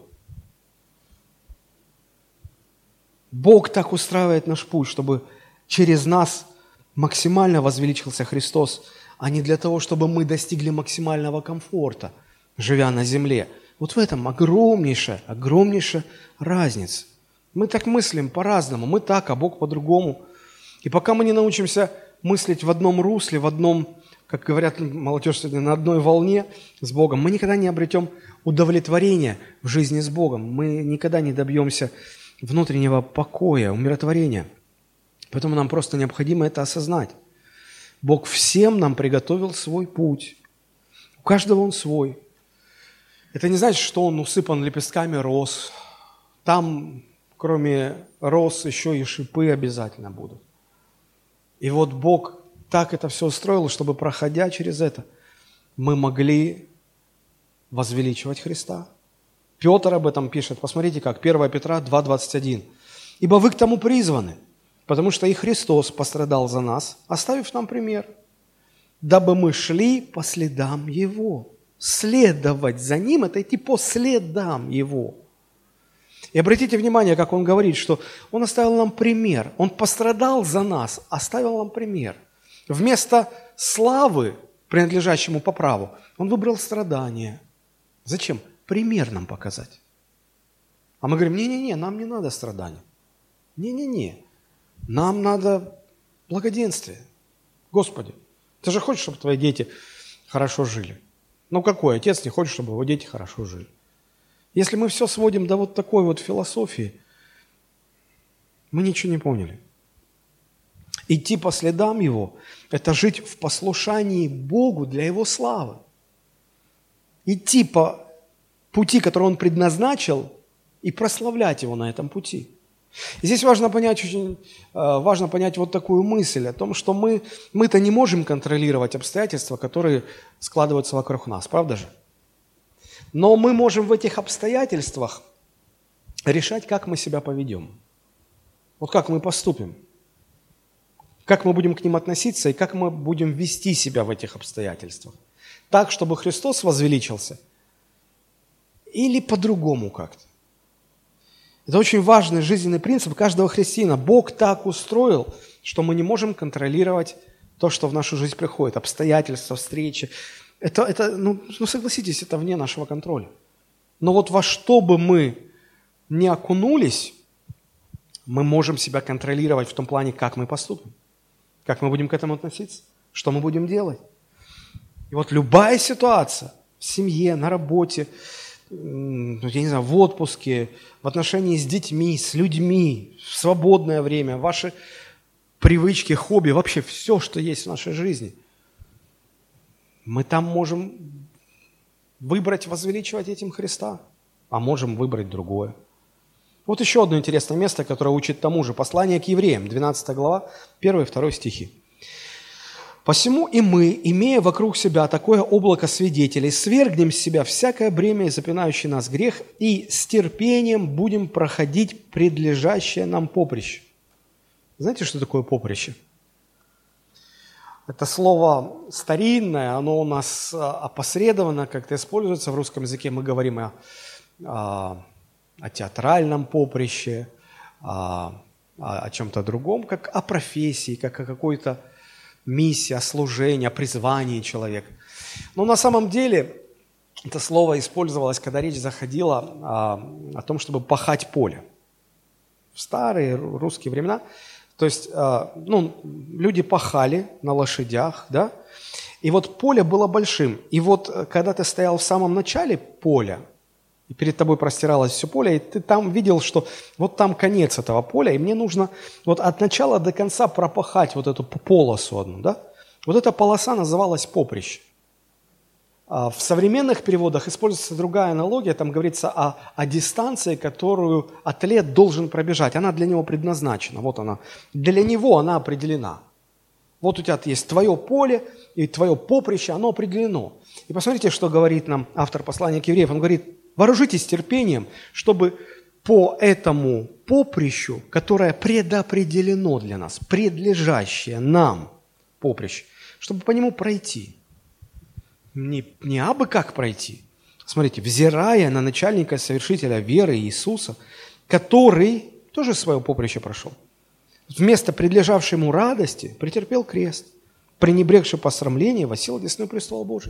Бог так устраивает наш путь, чтобы через нас максимально возвеличился Христос, а не для того, чтобы мы достигли максимального комфорта, живя на земле. Вот в этом огромнейшая разница. Мы так мыслим по-разному, мы так, а Бог по-другому. И пока мы не научимся мыслить в одном русле, в одном, как говорят молодежь сегодня, на одной волне с Богом, мы никогда не обретем удовлетворения в жизни с Богом. Мы никогда не добьемся внутреннего покоя, умиротворения. Поэтому нам просто необходимо это осознать. Бог всем нам приготовил свой путь. У каждого он свой. Это не значит, что он усыпан лепестками роз. Там, кроме роз, еще и шипы обязательно будут. И вот Бог так это все устроил, чтобы, проходя через это, мы могли возвеличивать Христа. Петр об этом пишет. Посмотрите как. 1 Петра 2:21. «Ибо вы к тому призваны, потому что и Христос пострадал за нас, оставив нам пример, дабы мы шли по следам Его». Следовать за Ним – это идти по следам Его. И обратите внимание, как Он говорит, что Он оставил нам пример. Он пострадал за нас, оставил нам пример. Вместо славы, принадлежащему по праву, Он выбрал страдания. Зачем? Пример нам показать. А мы говорим, не-не-не, нам не надо страдания. Не-не-не, нам надо благоденствие. Господи, ты же хочешь, чтобы твои дети хорошо жили? Ну какой отец не хочет, чтобы его дети хорошо жили? Если мы все сводим до вот такой вот философии, мы ничего не поняли. Идти по следам Его – это жить в послушании Богу для Его славы. Идти по пути, который Он предназначил, и прославлять Его на этом пути. И здесь важно понять вот такую мысль о том, что мы-то не можем контролировать обстоятельства, которые складываются вокруг нас, правда же? Но мы можем в этих обстоятельствах решать, как мы себя поведем. Вот как мы поступим. Как мы будем к ним относиться и как мы будем вести себя в этих обстоятельствах. Так, чтобы Христос возвеличился, или по-другому как-то. Это очень важный жизненный принцип каждого христианина. Бог так устроил, что мы не можем контролировать то, что в нашу жизнь приходит. Обстоятельства, встречи. Ну, согласитесь, это вне нашего контроля. Но вот во что бы мы ни окунулись, мы можем себя контролировать в том плане, как мы поступим. Как мы будем к этому относиться, что мы будем делать. И вот любая ситуация в семье, на работе, я не знаю, в отпуске, в отношении с детьми, с людьми, в свободное время, ваши привычки, хобби, вообще все, что есть в нашей жизни. Мы там можем выбрать возвеличивать этим Христа, а можем выбрать другое. Вот еще одно интересное место, которое учит тому же. Послание к евреям, 12 глава, 1 и 2 стихи. «Посему и мы, имея вокруг себя такое облако свидетелей, свергнем с себя всякое бремя и запинающий нас грех, и с терпением будем проходить предлежащее нам поприще». Знаете, что такое поприще? Это слово старинное, оно у нас опосредованно как-то используется в русском языке. Мы говорим о театральном поприще, о чем-то другом, как о профессии, как о какой-то миссии, о служении, о призвании человека. Но на самом деле это слово использовалось, когда речь заходила о том, чтобы пахать поле. В старые русские времена, то есть люди пахали на лошадях, да, и вот поле было большим. И вот когда ты стоял в самом начале поля, и перед тобой простиралось все поле, и ты там видел, что вот там конец этого поля, и мне нужно вот от начала до конца пропахать вот эту полосу одну, да? Вот эта полоса называлась поприще. В современных переводах используется другая аналогия, там говорится о дистанции, которую атлет должен пробежать. Она для него предназначена, вот она. Для него она определена. Вот у тебя есть твое поле и твое поприще, оно определено. И посмотрите, что говорит нам автор послания к евреям. Он говорит: вооружитесь терпением, чтобы по этому поприщу, которое предопределено для нас, предлежащее нам поприще, чтобы по нему пройти. Не абы как пройти. Смотрите, взирая на начальника и совершителя веры Иисуса, который тоже свое поприще прошел, вместо предлежавшей ему радости претерпел крест, пренебрегши посрамление, воссел одесную престола Божия.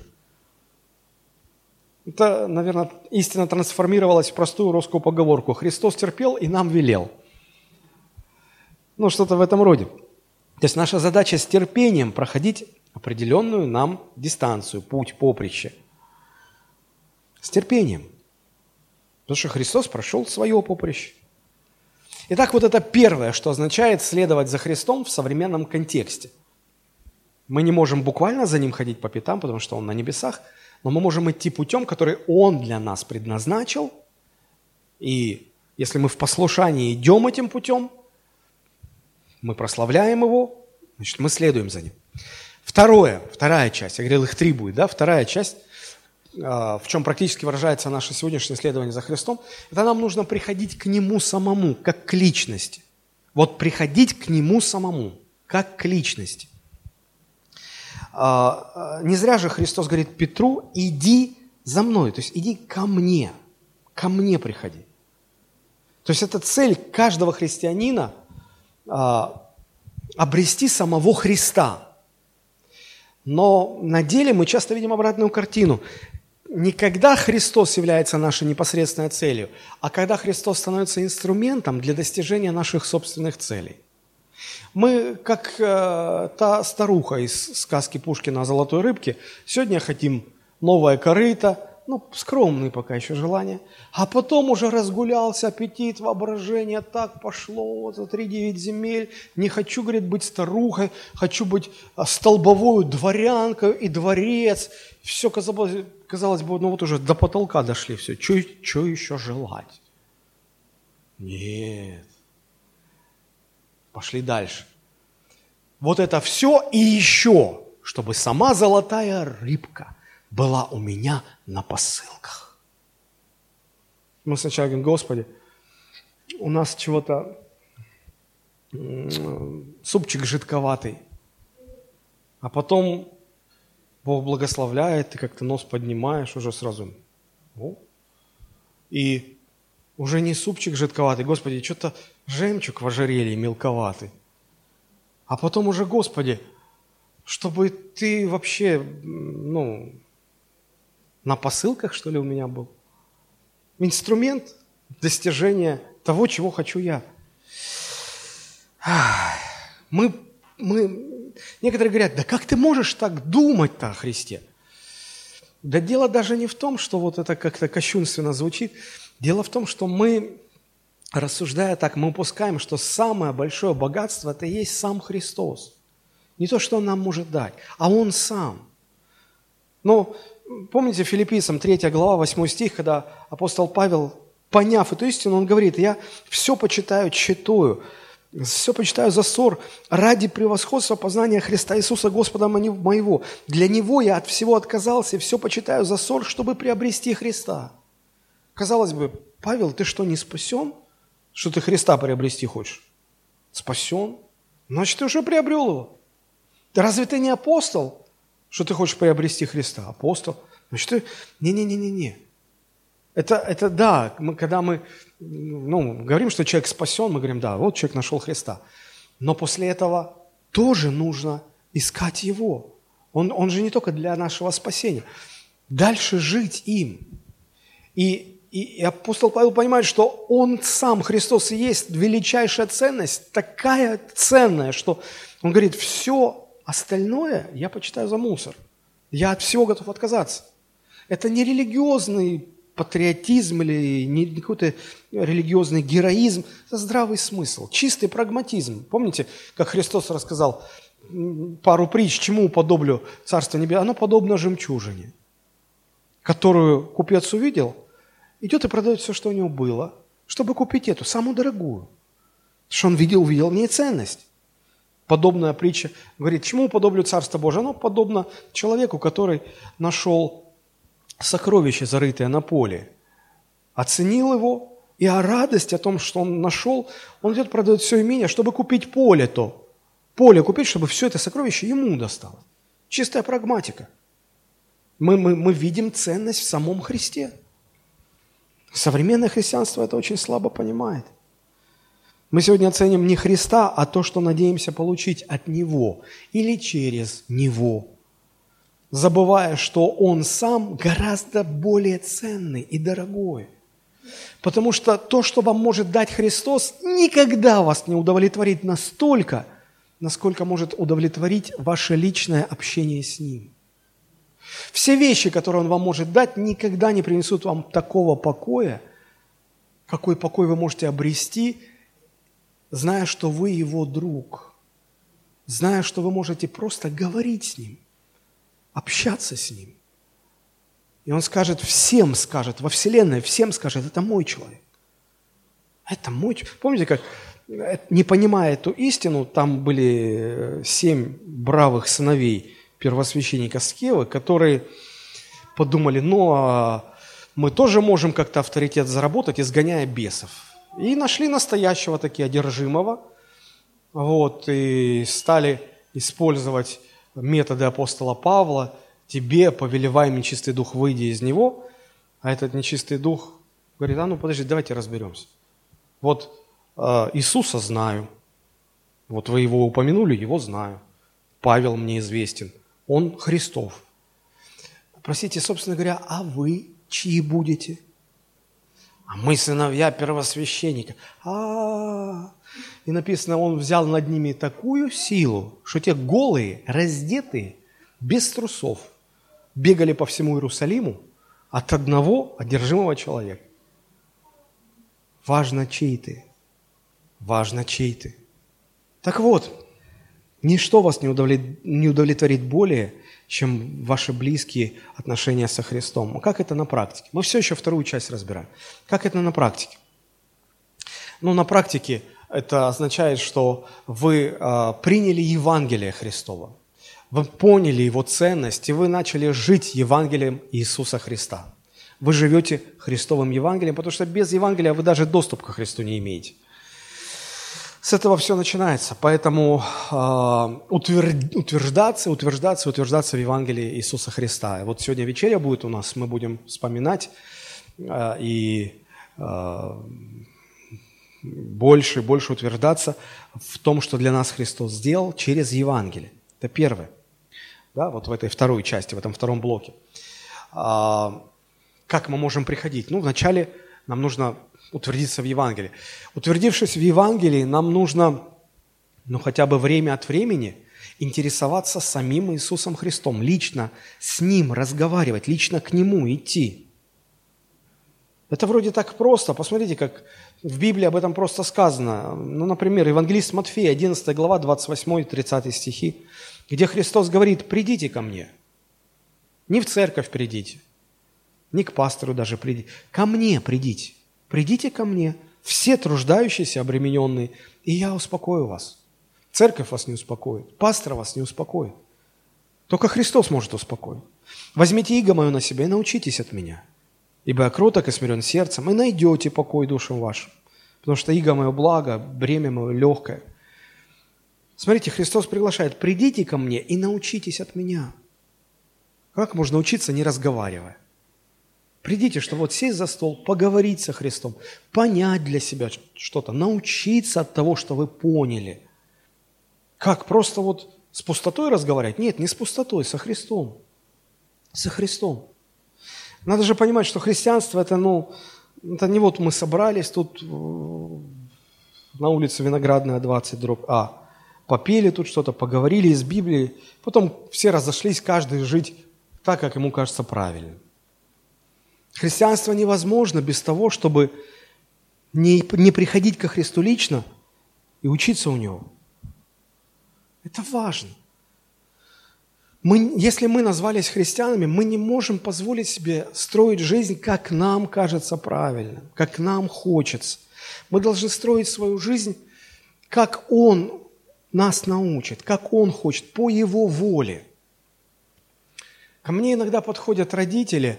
Это, наверное, истина трансформировалась в простую русскую поговорку: Христос терпел и нам велел. Ну, что-то в этом роде. То есть наша задача с терпением проходить определенную нам дистанцию, путь, поприще. С терпением. Потому что Христос прошел свое поприще. Итак, вот это первое, что означает следовать за Христом в современном контексте. Мы не можем буквально за Ним ходить по пятам, потому что Он на небесах, но мы можем идти путем, который Он для нас предназначил. И если мы в послушании идем этим путем, мы прославляем Его, значит, мы следуем за Ним. Вторая часть, я говорил, их 3 будет, да? Вторая часть, в чем практически выражается наше сегодняшнее следование за Христом, это нам нужно приходить к Нему самому, как к личности. Вот приходить к Нему самому, как к личности. Не зря же Христос говорит Петру: иди за мной, то есть иди ко мне приходи. То есть это цель каждого христианина обрести самого Христа. Но на деле мы часто видим обратную картину. Не когда Христос является нашей непосредственной целью, а когда Христос становится инструментом для достижения наших собственных целей. Мы, как та старуха из сказки Пушкина о золотой рыбке, сегодня хотим новое корыто, скромные пока еще желания, а потом уже разгулялся аппетит, воображение, так пошло, вот за 3-9 земель, не хочу, говорит, быть старухой, хочу быть столбовой дворянкой и дворец. Все, казалось бы, вот уже до потолка дошли, все, что еще желать? Нет. Пошли дальше. Вот это все и еще, чтобы сама золотая рыбка была у меня на посылках. Мы сначала говорим: Господи, у нас чего-то супчик жидковатый, а потом Бог благословляет, ты как-то нос поднимаешь уже сразу. И уже не супчик жидковатый, Господи, что-то жемчуг в ожерелье мелковатый. А потом уже, Господи, чтобы ты вообще, на посылках, что ли, у меня был? Инструмент достижения того, чего хочу я. Некоторые говорят: да как ты можешь так думать-то о Христе? Да дело даже не в том, что вот это как-то кощунственно звучит. Дело в том, что мы, рассуждая так, мы упускаем, что самое большое богатство – это и есть сам Христос. Не то, что Он нам может дать, а Он сам. Помните Филиппийцам 3 глава, 8 стих, когда апостол Павел, поняв эту истину, он говорит: я все почитаю тщетою, все почитаю за ссор ради превосходства познания Христа Иисуса Господа моего. Для Него я от всего отказался и все почитаю за ссор, чтобы приобрести Христа. Казалось бы, Павел, ты что, не спасен, что ты Христа приобрести хочешь? Спасен? Значит, ты уже приобрел Его. Да разве ты не апостол, что ты хочешь приобрести Христа? Апостол. Значит, ты... Не-не-не-не-не. Это да, когда мы говорим, что человек спасен, мы говорим: да, вот человек нашел Христа. Но после этого тоже нужно искать Его. Он же не только для нашего спасения. Дальше жить им. И апостол Павел понимает, что он сам, Христос, и есть величайшая ценность, такая ценная, что он говорит: все остальное я почитаю за мусор. Я от всего готов отказаться. Это не религиозный патриотизм или не какой-то религиозный героизм, это здравый смысл, чистый прагматизм. Помните, как Христос рассказал пару притч, чему уподоблю Царство Небесное? Оно подобно жемчужине, которую купец увидел, идет и продает все, что у него было, чтобы купить эту, самую дорогую. Потому что он увидел в ней ценность. Подобная притча говорит: чему уподоблю Царство Божие? Оно подобно человеку, который нашел сокровище, зарытое на поле, оценил его, и о радости, о том, что он нашел, он идет, продает все имение, чтобы купить поле купить, чтобы все это сокровище ему досталось. Чистая прагматика. Мы видим ценность в самом Христе. Современное христианство это очень слабо понимает. Мы сегодня оценим не Христа, а то, что надеемся получить от Него или через Него, забывая, что Он сам гораздо более ценный и дорогой. Потому что то, что вам может дать Христос, никогда вас не удовлетворит настолько, насколько может удовлетворить ваше личное общение с Ним. Все вещи, которые Он вам может дать, никогда не принесут вам такого покоя, какой покой вы можете обрести, зная, что вы Его друг, зная, что вы можете просто говорить с Ним, общаться с Ним. И Он скажет, всем скажет, во Вселенной всем скажет: это мой человек. Это мой человек. Помните, как, не понимая эту истину, там были 7 бравых сыновей первосвященника Скевы, которые подумали, мы тоже можем как-то авторитет заработать, изгоняя бесов. И нашли настоящего таки одержимого, и стали использовать методы апостола Павла. Тебе повелеваем нечистый дух, выйди из него. А этот нечистый дух говорит, подожди, давайте разберемся. Иисуса знаю, вы его упомянули, его знаю. Павел мне известен, он Христов. Простите, собственно говоря, а вы чьи будете? А мы сыновья первосвященника. И написано, он взял над ними такую силу, что те голые, раздетые, без трусов, бегали по всему Иерусалиму от одного одержимого человека. Важно, чей ты. Важно, чей ты. Так вот, ничто вас не удовлетворит более, чем ваши близкие отношения со Христом. А как это на практике? Мы все еще вторую часть разбираем. Как это на практике? На практике это означает, что вы приняли Евангелие Христово, вы поняли его ценность, и вы начали жить Евангелием Иисуса Христа. Вы живете Христовым Евангелием, потому что без Евангелия вы даже доступ ко Христу не имеете. С этого все начинается, поэтому утверждаться в Евангелии Иисуса Христа. И сегодня вечеря будет у нас, мы будем вспоминать и больше и больше утверждаться в том, что для нас Христос сделал через Евангелие. Это первое. В этой второй части, в этом втором блоке. Как мы можем приходить? Вначале нам нужно утвердиться в Евангелии. Утвердившись в Евангелии, нам нужно, хотя бы время от времени интересоваться самим Иисусом Христом, лично с Ним разговаривать, лично к Нему идти. Это вроде так просто. Посмотрите, как в Библии об этом просто сказано. Например, Евангелист Матфея, 11 глава, 28-30 стихи, где Христос говорит: «Придите ко мне». Не в церковь придите, не к пастору даже придите. Ко мне придите. Придите ко мне, все труждающиеся, обремененные, и я успокою вас. Церковь вас не успокоит, пастор вас не успокоит. Только Христос может успокоить. Возьмите иго мое на себя и научитесь от меня. Ибо я кроток и смирен сердцем, и найдете покой душам вашим. Потому что иго мое благо, бремя мое легкое. Смотрите, Христос приглашает: придите ко мне и научитесь от меня. Как можно учиться, не разговаривая? Придите, чтобы сесть за стол, поговорить со Христом, понять для себя что-то, научиться от того, что вы поняли. Как, просто с пустотой разговаривать? Нет, не с пустотой, со Христом. Со Христом. Надо же понимать, что христианство это не мы собрались тут на улице Виноградная 20/А, попели тут что-то, поговорили из Библии, потом все разошлись, каждый жить так, как ему кажется правильным. Христианство невозможно без того, чтобы не приходить ко Христу лично и учиться у Него. Это важно. Если мы назвались христианами, мы не можем позволить себе строить жизнь, как нам кажется правильным, как нам хочется. Мы должны строить свою жизнь, как Он нас научит, как Он хочет, по Его воле. Ко мне иногда подходят родители,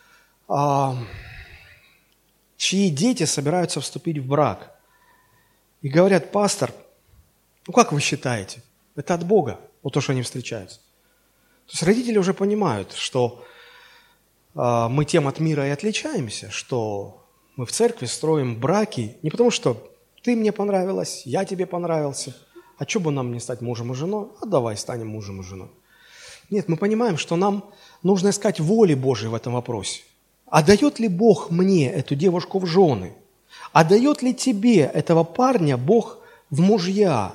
чьи дети собираются вступить в брак. И говорят: пастор, как вы считаете, это от Бога, то, что они встречаются? То есть родители уже понимают, что мы тем от мира и отличаемся, что мы в церкви строим браки не потому, что ты мне понравилась, я тебе понравился, а что бы нам не стать мужем и женой? Давай станем мужем и женой. Нет, мы понимаем, что нам нужно искать воли Божьей в этом вопросе. А дает ли Бог мне эту девушку в жены? А дает ли тебе этого парня Бог в мужья?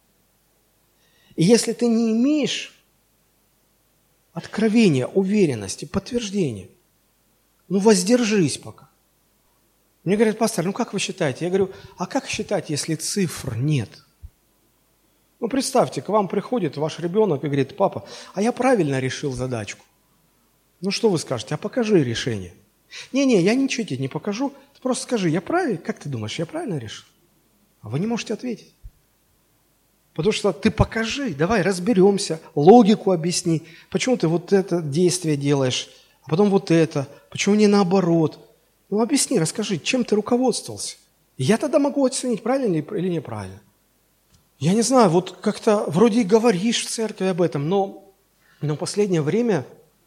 И если ты не имеешь откровения, уверенности, подтверждения, воздержись пока. Мне говорят: пастор, как вы считаете? Я говорю: а как считать, если цифр нет? Представьте, к вам приходит ваш ребенок и говорит: папа, а я правильно решил задачку. Что вы скажете? А покажи решение. Не, я ничего тебе не покажу. Ты просто скажи: я правильно? Как ты думаешь, я правильно решил? А вы не можете ответить. Потому что ты покажи, давай разберемся, логику объясни, почему ты вот это действие делаешь, а потом вот это, почему не наоборот. Ну объясни, расскажи, чем ты руководствовался. И я тогда могу оценить, правильно или неправильно. Я не знаю, вот как-то вроде и говоришь в церкви об этом, но в последнее время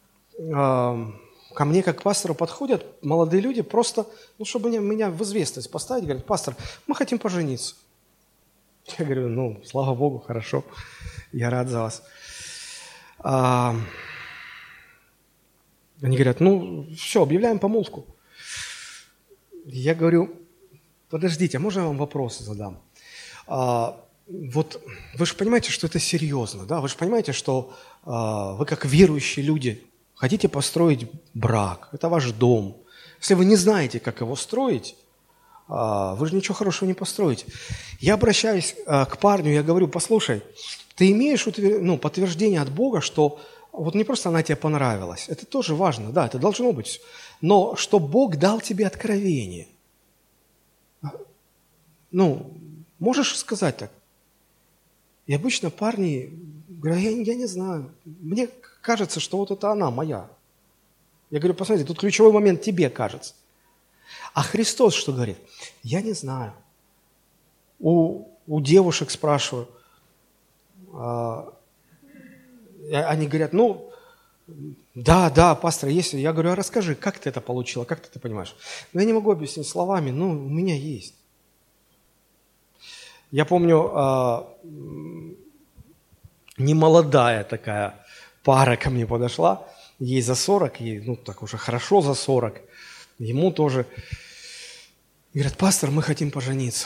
ко мне как к пастору подходят молодые люди просто, ну, чтобы меня в известность поставить, говорят: пастор, мы хотим пожениться. Я говорю: ну, слава Богу, хорошо, я рад за вас. Они говорят: ну, все, объявляем помолвку. Я говорю: подождите, а можно я вам вопросы задам? Вот вы же понимаете, что это серьезно, да? Вы же понимаете, что вы как верующие люди хотите построить брак, это ваш дом. Если вы не знаете, как его строить, вы же ничего хорошего не построите. Я обращаюсь к парню, я говорю: послушай, ты имеешь подтверждение от Бога, что вот не просто она тебе понравилась, это тоже важно, да, это должно быть, но что Бог дал тебе откровение. Ну, можешь сказать так? И обычно парни говорят: я не знаю, мне кажется, что вот это она моя. Я говорю: посмотрите, тут ключевой момент тебе кажется. А Христос что говорит? Я не знаю. У девушек спрашиваю, они говорят: ну, да, пастор, есть. Я говорю: а расскажи, как ты это получила, как ты это понимаешь? Ну, я не могу объяснить словами, но у меня есть. Я помню, немолодая такая пара ко мне подошла, ей за 40, ей, ну, так уже хорошо за 40, ему тоже. Говорят: пастор, мы хотим пожениться.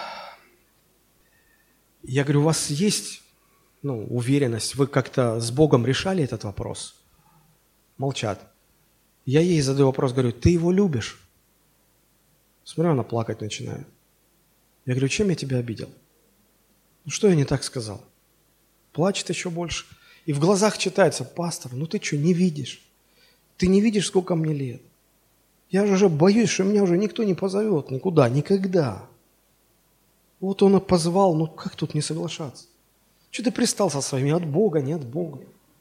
Я говорю: у вас есть, уверенность, вы как-то с Богом решали этот вопрос? Молчат. Я ей задаю вопрос, говорю: ты его любишь? Смотрю, она плакать начинает. Я говорю: чем я тебя обидел? Ну, что я не так сказал? Плачет еще больше. И в глазах читается: пастор, ну ты что, не видишь? Ты не видишь, сколько мне лет? Я же уже боюсь, что меня уже никто не позовет никуда, никогда. Вот он и позвал, ну как тут не соглашаться? Что ты пристал со своими? От Бога, не от Бога.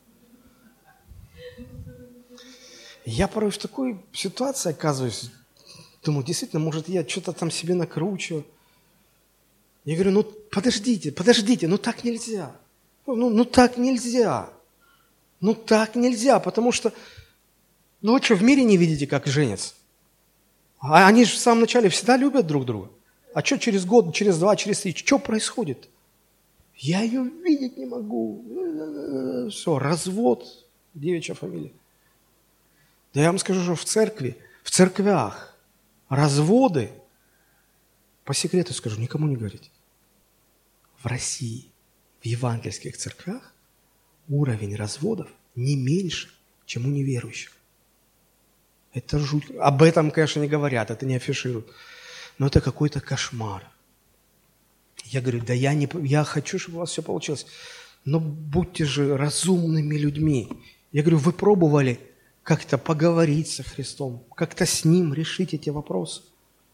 Я порой в такой ситуации оказываюсь, думаю, действительно, может, я что-то там себе накручиваю. Я говорю: ну подождите, ну так нельзя. Ну так нельзя. Ну так нельзя, потому что, ну вы что, в мире не видите, как женятся? А они же в самом начале всегда любят друг друга. А что через год, через 2, через 3, что происходит? Я ее видеть не могу. Все, развод, девичья фамилия. Да я вам скажу, что в церквях разводы, по секрету скажу, никому не говорите. В России, в евангельских церквях уровень разводов не меньше, чем у неверующих. Это жуть. Об этом, конечно, не говорят, это не афишируют. Но это какой-то кошмар. Я говорю: да я хочу, чтобы у вас все получилось. Но будьте же разумными людьми. Я говорю: вы пробовали как-то поговорить со Христом, как-то с Ним решить эти вопросы?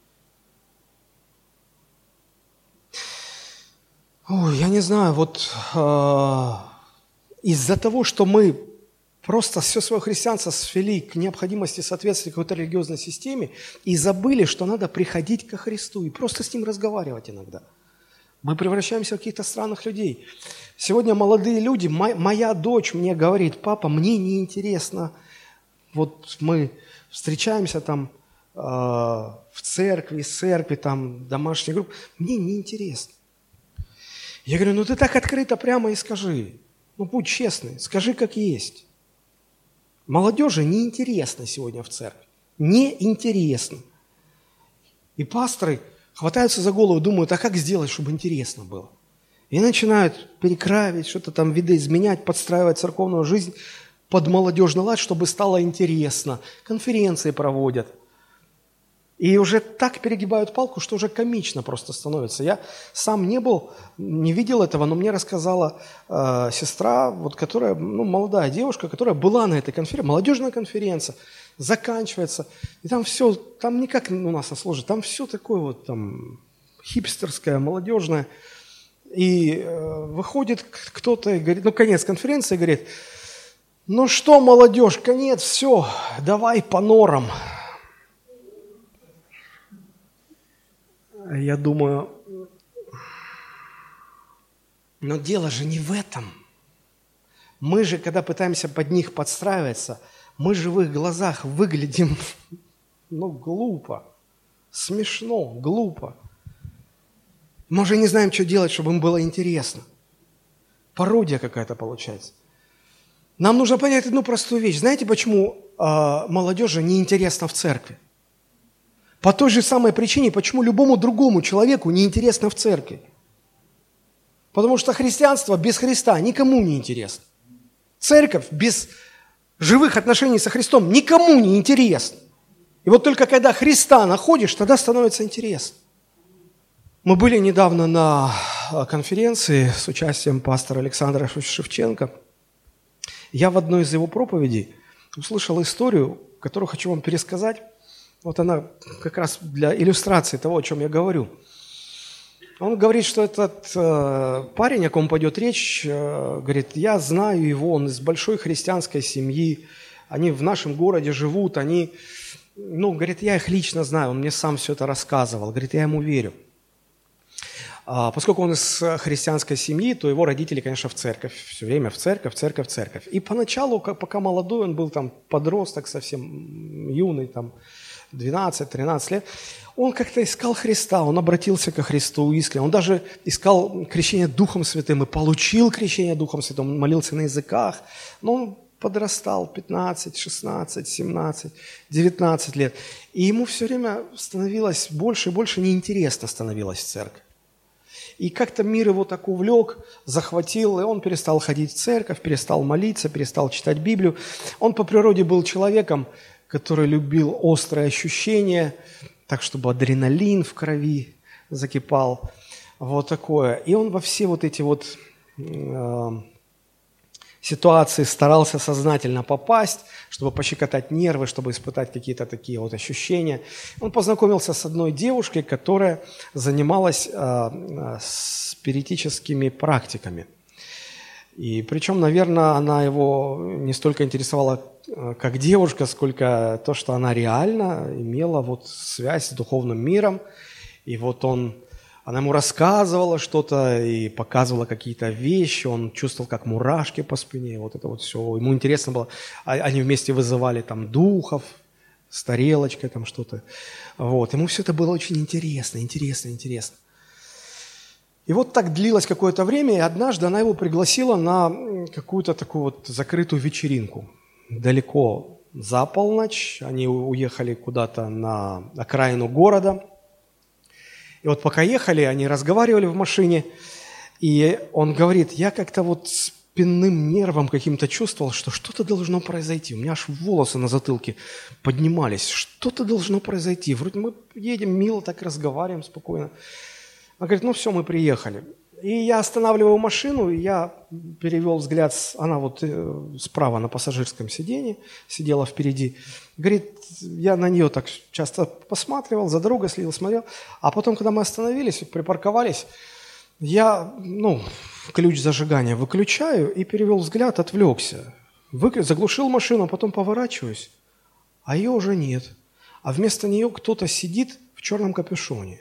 Ой, я не знаю, вот из-за того, что мы просто все свое христианство свели к необходимости соответствия какой-то религиозной системе и забыли, что надо приходить ко Христу и просто с Ним разговаривать иногда. Мы превращаемся в каких-то странных людей. Сегодня молодые люди, моя дочь мне говорит: папа, мне неинтересно, вот мы встречаемся там в церкви, там домашней группе, мне неинтересно. Я говорю: ну ты так открыто прямо и скажи, ну будь честный, скажи как есть. Молодежи неинтересно сегодня в церкви. Неинтересно. И пасторы хватаются за голову, думают: а как сделать, чтобы интересно было? И начинают перекраивать, что-то там видоизменять, подстраивать церковную жизнь под молодежный лад, чтобы стало интересно. Конференции проводят. И уже так перегибают палку, что уже комично просто становится. Я сам не видел этого, но мне рассказала сестра, вот, которая, молодая девушка, которая была на этой конференции, молодежная конференция, заканчивается, и там все, там не как у нас на службе, там все такое вот там хипстерское, молодежное. И выходит кто-то и говорит, конец конференции, говорит, ну что, молодежь, конец, все, давай по норам. Я думаю, но дело же не в этом. Мы же, когда пытаемся под них подстраиваться, мы же в их глазах выглядим, глупо, смешно, глупо. Мы уже не знаем, что делать, чтобы им было интересно. Пародия какая-то получается. Нам нужно понять одну простую вещь. Знаете, почему молодежи неинтересно в церкви? По той же самой причине, почему любому другому человеку неинтересно в церкви. Потому что христианство без Христа никому не интересно. Церковь без живых отношений со Христом никому не интересна. И вот только когда Христа находишь, тогда становится интересно. Мы были недавно на конференции с участием пастора Александра Шевченко. Я в одной из его проповедей услышал историю, которую хочу вам пересказать. Вот она как раз для иллюстрации того, о чем я говорю. Он говорит, что этот парень, о ком пойдет речь, говорит, я знаю его, он из большой христианской семьи, они в нашем городе живут, говорит, я их лично знаю, он мне сам все это рассказывал, говорит, я ему верю. Поскольку он из христианской семьи, то его родители, конечно, в церковь, все время в церковь. И поначалу, пока молодой, он был там подросток, совсем юный, там 12-13 лет, он как-то искал Христа, он обратился ко Христу искренне, он даже искал крещение Духом Святым и получил крещение Духом Святым, он молился на языках, но он подрастал 15, 16, 17, 19 лет, и ему все время становилось больше и больше неинтересно становилось в церковь. И как-то мир его так увлек, захватил, и он перестал ходить в церковь, перестал молиться, перестал читать Библию. Он по природе был человеком, который любил острые ощущения, так, чтобы адреналин в крови закипал, вот такое. И он во все вот эти вот ситуации старался сознательно попасть, чтобы пощекотать нервы, чтобы испытать какие-то такие вот ощущения. Он познакомился с одной девушкой, которая занималась спиритическими практиками. И причем, наверное, она его не столько интересовала как девушка, сколько то, что она реально имела вот связь с духовным миром. И вот она ему рассказывала что-то и показывала какие-то вещи, он чувствовал, как мурашки по спине, вот это вот все. Ему интересно было, они вместе вызывали там духов с тарелочкой, там что-то. Вот. Ему все это было очень интересно. И вот так длилось какое-то время, и однажды она его пригласила на какую-то такую вот закрытую вечеринку. Далеко за полночь, они уехали куда-то на окраину города. И вот пока ехали, они разговаривали в машине, и он говорит, я как-то вот спинным нервом каким-то чувствовал, что что-то должно произойти. У меня аж волосы на затылке поднимались, что-то должно произойти. Вроде мы едем мило, так разговариваем спокойно. Она говорит, все, мы приехали. И я останавливаю машину, и я перевел взгляд, она вот справа на пассажирском сиденье, сидела впереди. Говорит, я на нее так часто посматривал, за дорогой следил, смотрел. А потом, когда мы остановились, припарковались, я, ключ зажигания выключаю и перевел взгляд, отвлекся. Заглушил машину, а потом поворачиваюсь, а ее уже нет. А вместо нее кто-то сидит в черном капюшоне.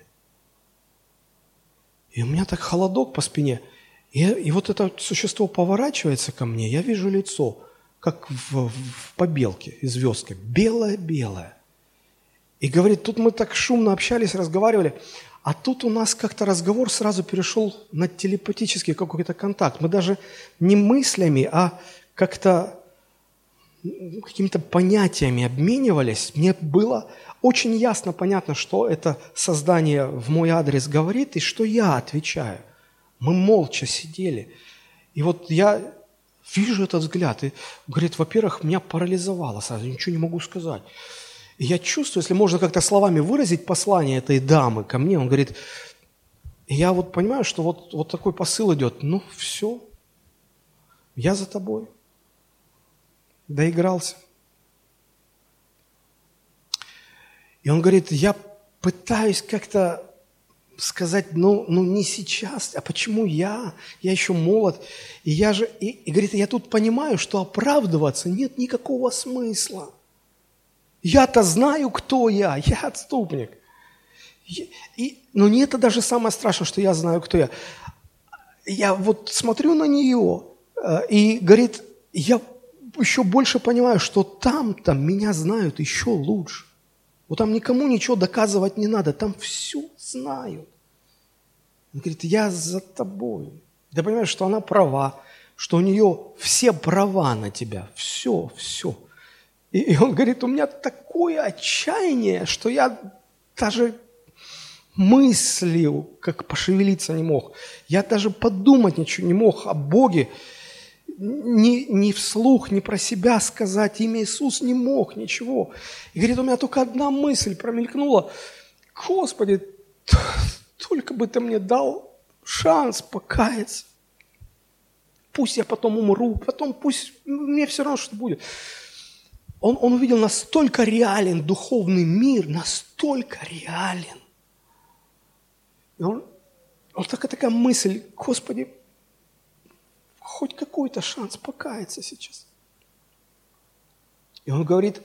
И у меня так холодок по спине. И вот это существо поворачивается ко мне, я вижу лицо, как в побелке и звездке, белое-белое. И говорит, тут мы так шумно общались, разговаривали, а тут у нас как-то разговор сразу перешел на телепатический какой-то контакт. Мы даже не мыслями, а как-то какими-то понятиями обменивались. Мне было очень ясно понятно, что это создание в мой адрес говорит и что я отвечаю. Мы молча сидели. И вот я вижу этот взгляд. И, говорит, во-первых, меня парализовало сразу, ничего не могу сказать. И я чувствую, если можно как-то словами выразить послание этой дамы ко мне, он говорит, я вот понимаю, что вот такой посыл идет. Все, я за тобой. Доигрался. И он говорит, я пытаюсь как-то сказать, ну не сейчас, а почему я? Я еще молод. И говорит, я тут понимаю, что оправдываться нет никакого смысла. Я-то знаю, кто я отступник. Но не это даже самое страшное, что я знаю, кто я. Я вот смотрю на нее, и, говорит, я еще больше понимаю, что там меня знают еще лучше. Вот там никому ничего доказывать не надо, там все знают. Он говорит, я за тобой. Ты понимаешь, что она права, что у нее все права на тебя, все. И он говорит, у меня такое отчаяние, что я даже мыслью, как пошевелиться не мог. Я даже подумать ничего не мог о Боге, ни вслух, ни про себя сказать. Имя Иисус не мог ничего. И говорит, у меня только одна мысль промелькнула. Господи, только бы ты мне дал шанс покаяться. Пусть я потом умру, потом пусть, мне все равно, что будет. Он увидел настолько реален духовный мир, настолько реален. И такая мысль, Господи, хоть какой-то шанс покаяться сейчас. И он говорит,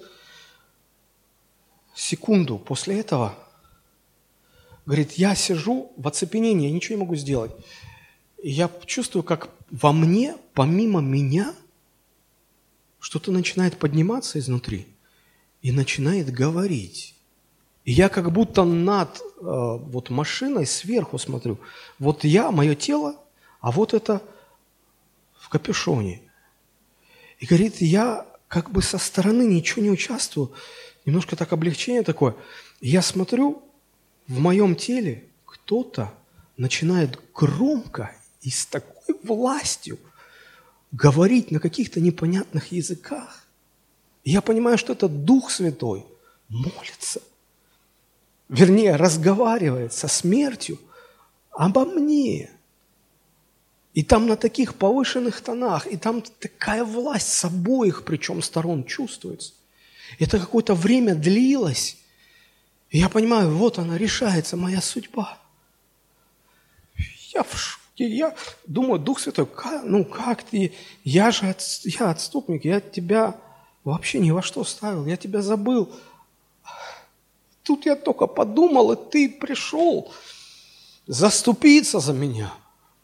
секунду после этого, говорит, я сижу в оцепенении, я ничего не могу сделать. И я чувствую, как во мне, помимо меня, что-то начинает подниматься изнутри и начинает говорить. И я как будто над вот машиной сверху смотрю. Вот я, мое тело, а вот это в капюшоне. И говорит, я как бы со стороны ничего не участвую. Немножко так облегчение такое. И я смотрю, в моем теле кто-то начинает громко и с такой властью говорить на каких-то непонятных языках. И я понимаю, что это Дух Святой молится. Вернее, разговаривает со смертью обо мне. И там на таких повышенных тонах, и там такая власть с обоих, причем сторон, чувствуется. Это какое-то время длилось. И я понимаю, вот она, решается моя судьба. Я в шоке, я думаю, Дух Святой, как ты? Я отступник, я тебя вообще ни во что ставил, я тебя забыл. Тут я только подумал, и ты пришел заступиться за меня.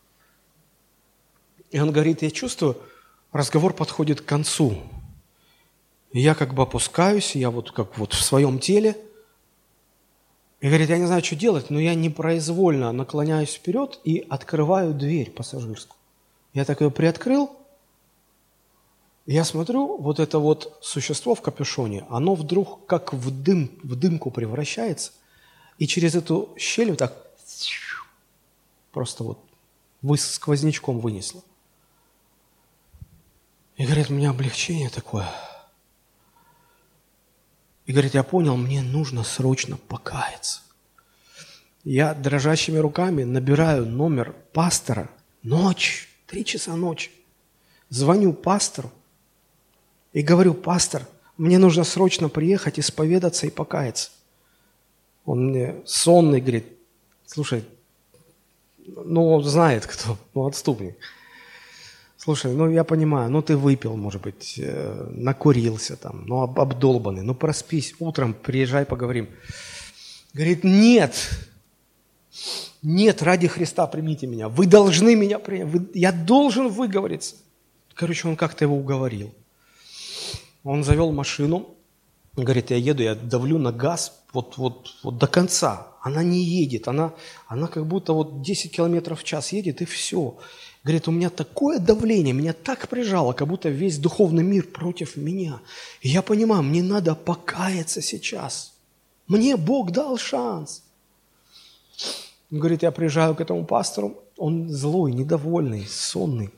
И он говорит, я чувствую, разговор подходит к концу. И я как бы опускаюсь, я вот как вот в своем теле. И говорит, я не знаю, что делать, но я непроизвольно наклоняюсь вперед и открываю дверь пассажирскую. Я так ее приоткрыл, и я смотрю, вот это вот существо в капюшоне, оно вдруг как в дымку превращается, и через эту щель вот так просто вот сквознячком вынесло. И говорит, у меня облегчение такое. И говорит, я понял, мне нужно срочно покаяться. Я дрожащими руками набираю номер пастора. Ночь, 3 часа ночи. Звоню пастору и говорю, пастор, мне нужно срочно приехать, исповедаться и покаяться. Он мне сонный говорит, слушай, он знает кто, отступник. Слушай, я понимаю, ты выпил, может быть, накурился там, обдолбанный, проспись, утром приезжай, поговорим. Говорит, нет, ради Христа примите меня, вы должны меня принять, я должен выговориться. Короче, он как-то его уговорил. Он завел машину, говорит, я еду, я давлю на газ вот до конца. Она не едет, она как будто 10 километров в час едет, и все. Говорит, у меня такое давление, меня так прижало, как будто весь духовный мир против меня. И я понимаю, мне надо покаяться сейчас. Мне Бог дал шанс. Он говорит, я приезжаю к этому пастору, он злой, недовольный, сонный.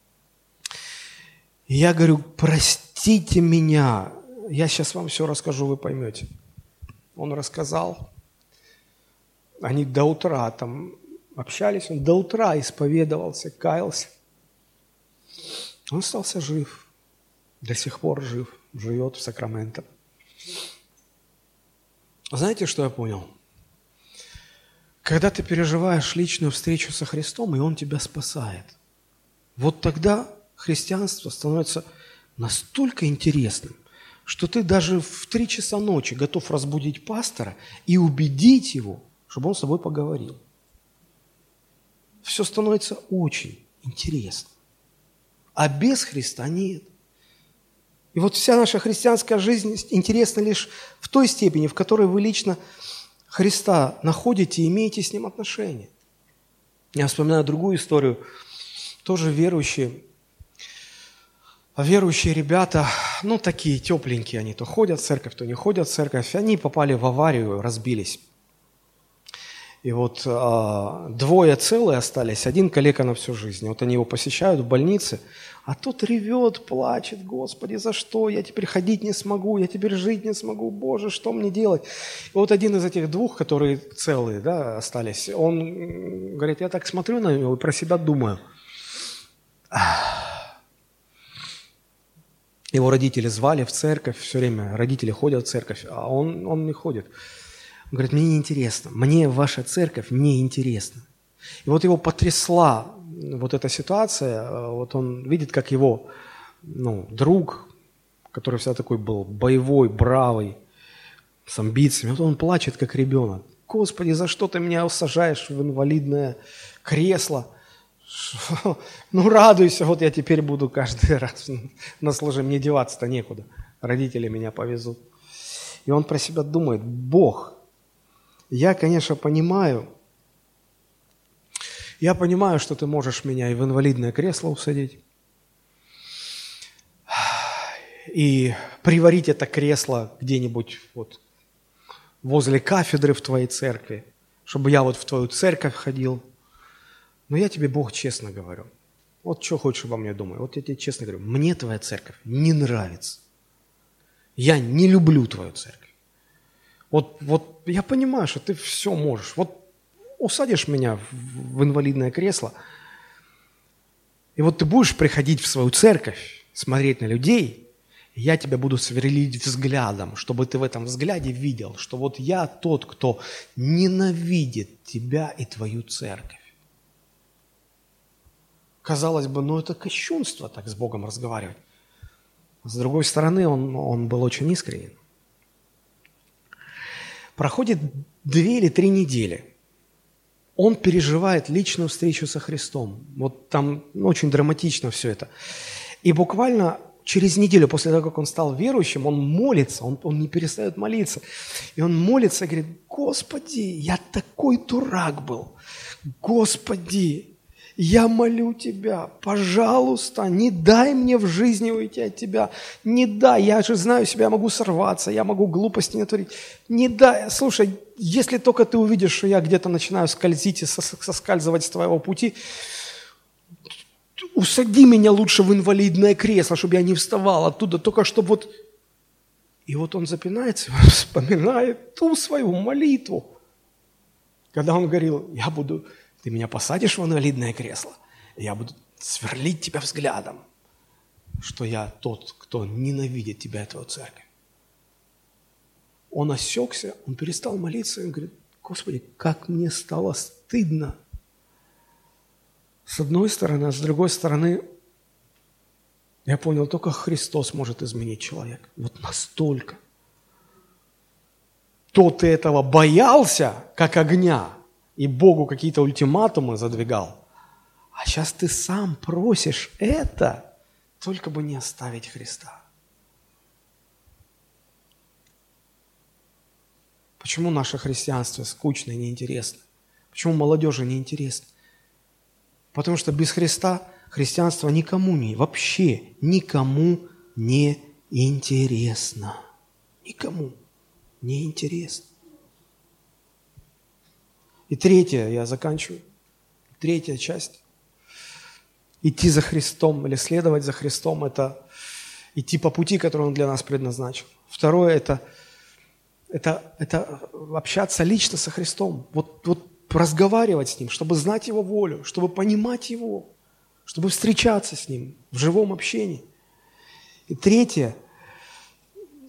И я говорю, простите меня, я сейчас вам все расскажу, вы поймете. Он рассказал, они до утра там общались, он до утра исповедовался, каялся. Он остался жив, до сих пор жив, живет в Сакраменто. Знаете, что я понял? Когда ты переживаешь личную встречу со Христом, и Он тебя спасает, вот тогда христианство становится настолько интересным, что ты даже в 3 часа ночи готов разбудить пастора и убедить его, чтобы он с тобой поговорил. Все становится очень интересно. А без Христа нет. И вот вся наша христианская жизнь интересна лишь в той степени, в которой вы лично Христа находите и имеете с Ним отношения. Я вспоминаю другую историю. Тоже верующие ребята, такие тепленькие они, то ходят в церковь, то не ходят в церковь. Они попали в аварию, разбились. И вот 2 целые остались, 1 калека на всю жизнь. Вот они его посещают в больнице, а тот ревет, плачет: Господи, за что? Я теперь ходить не смогу, я теперь жить не смогу, Боже, что мне делать? И вот один из этих 2, которые целые, остались, он говорит: я так смотрю на него и про себя думаю. Его родители звали в церковь, все время родители ходят в церковь, а он не ходит. Он говорит: мне неинтересно, мне ваша церковь неинтересна. И вот его потрясла вот эта ситуация, вот он видит, как его друг, который всегда такой был боевой, бравый, с амбициями, вот он плачет, как ребенок. Господи, за что ты меня сажаешь в инвалидное кресло? Радуйся, вот я теперь буду каждый раз на служении, мне деваться-то некуда, родители меня повезут. И он про себя думает: Бог, я, конечно, понимаю, что ты можешь меня и в инвалидное кресло усадить, и приварить это кресло где-нибудь вот возле кафедры в твоей церкви, чтобы я вот в твою церковь ходил. Но я тебе, Бог, честно говорю, вот что хочешь обо мне думай, вот я тебе честно говорю, мне твоя церковь не нравится. Я не люблю твою церковь. Вот я понимаю, что ты все можешь. Вот усадишь меня в инвалидное кресло, и вот ты будешь приходить в свою церковь, смотреть на людей, и я тебя буду сверлить взглядом, чтобы ты в этом взгляде видел, что вот я тот, кто ненавидит тебя и твою церковь. Казалось бы, это кощунство так с Богом разговаривать. С другой стороны, он был очень искренен. Проходит 2 или 3 недели. Он переживает личную встречу со Христом. Вот там очень драматично все это. И буквально через неделю после того, как он стал верующим, он молится, он не перестает молиться. И он молится и говорит: Господи, я такой дурак был. Господи, я молю Тебя, пожалуйста, не дай мне в жизни уйти от Тебя. Не дай, я же знаю себя, я могу сорваться, я могу глупости натворить. Не дай, слушай, если только ты увидишь, что я где-то начинаю скользить и соскальзывать с Твоего пути, усади меня лучше в инвалидное кресло, чтобы я не вставал оттуда, только чтобы вот... И вот он запинается, вспоминает ту свою молитву, когда он говорил: ты меня посадишь в инвалидное кресло, и я буду сверлить тебя взглядом, что я тот, кто ненавидит тебя и твою церковь. Он осекся, он перестал молиться, и он говорит: Господи, как мне стало стыдно. С одной стороны, а с другой стороны, я понял, только Христос может изменить человека. Вот настолько. То ты этого боялся, как огня, и Богу какие-то ультиматумы задвигал, а сейчас ты сам просишь это, только бы не оставить Христа. Почему наше христианство скучно и неинтересно? Почему молодежи неинтересно? Потому что без Христа христианство вообще никому не интересно. Никому не интересно. И 3, я заканчиваю, 3 часть. Идти за Христом или следовать за Христом – это идти по пути, который Он для нас предназначил. 2 – это общаться лично со Христом, вот разговаривать с Ним, чтобы знать Его волю, чтобы понимать Его, чтобы встречаться с Ним в живом общении. И 3,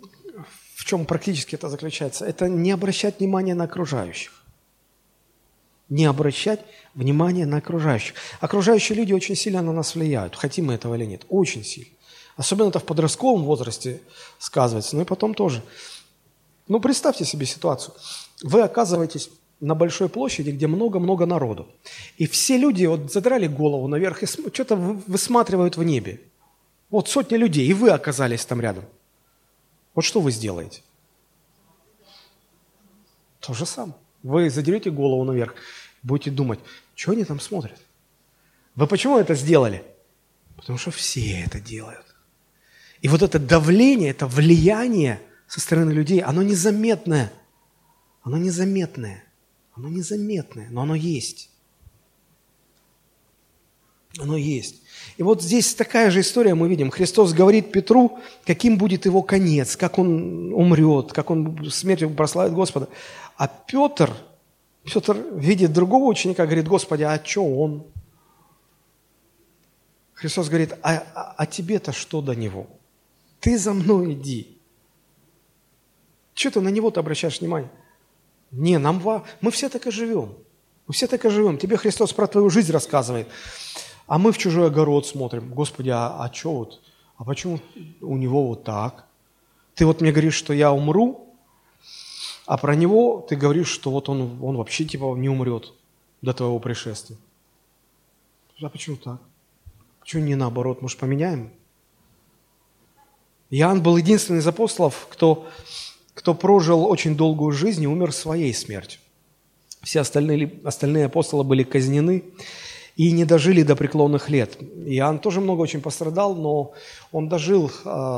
в чем практически это заключается, это не обращать внимания на окружающих. Не обращать внимания на окружающих. Окружающие люди очень сильно на нас влияют, хотим мы этого или нет. Очень сильно. Особенно это в подростковом возрасте сказывается, но и потом тоже. Ну, представьте себе ситуацию. Вы оказываетесь на большой площади, где много-много народу. И все люди вот задрали голову наверх и что-то высматривают в небе. Вот сотни людей, и вы оказались там рядом. Вот что вы сделаете? То же самое. Вы задерете голову наверх, будете думать, что они там смотрят? Вы почему это сделали? Потому что все это делают. И вот это давление, это влияние со стороны людей, оно незаметное. Оно незаметное. Оно незаметное, но оно есть. Оно есть. И вот здесь такая же история мы видим. Христос говорит Петру, каким будет его конец, как он умрет, как он смертью прославит Господа. А Петр видит другого ученика, говорит, Господи, а что он? Христос говорит, а тебе-то что до него? Ты за мной иди. Что ты на него-то обращаешь внимание? Не, мы все так и живем. Мы все так и живем. Тебе Христос про твою жизнь рассказывает. А мы в чужой огород смотрим. Господи, а что вот? А почему у него вот так? Ты вот мне говоришь, что я умру, а про него ты говоришь, что вот он вообще типа не умрет до твоего пришествия. А почему так? Почему не наоборот? Может, поменяем? Иоанн был единственный из апостолов, кто прожил очень долгую жизнь и умер своей смертью. Все остальные апостолы были казнены и не дожили до преклонных лет. Иоанн тоже много очень пострадал, но он дожил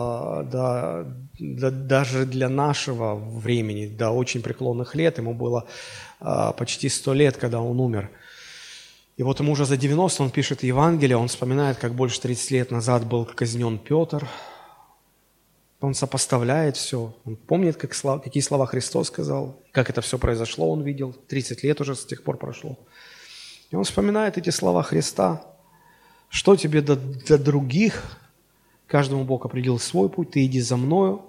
даже для нашего времени, до очень преклонных лет. Ему было почти 100 лет, когда он умер. И вот ему уже за 90 он пишет Евангелие, он вспоминает, как больше 30 лет назад был казнен Петр. Он сопоставляет все, он помнит, какие слова Христос сказал, как это все произошло, он видел. 30 лет уже с тех пор прошло. И он вспоминает эти слова Христа. Что тебе до других? Каждому Бог определил свой путь, ты иди за мною.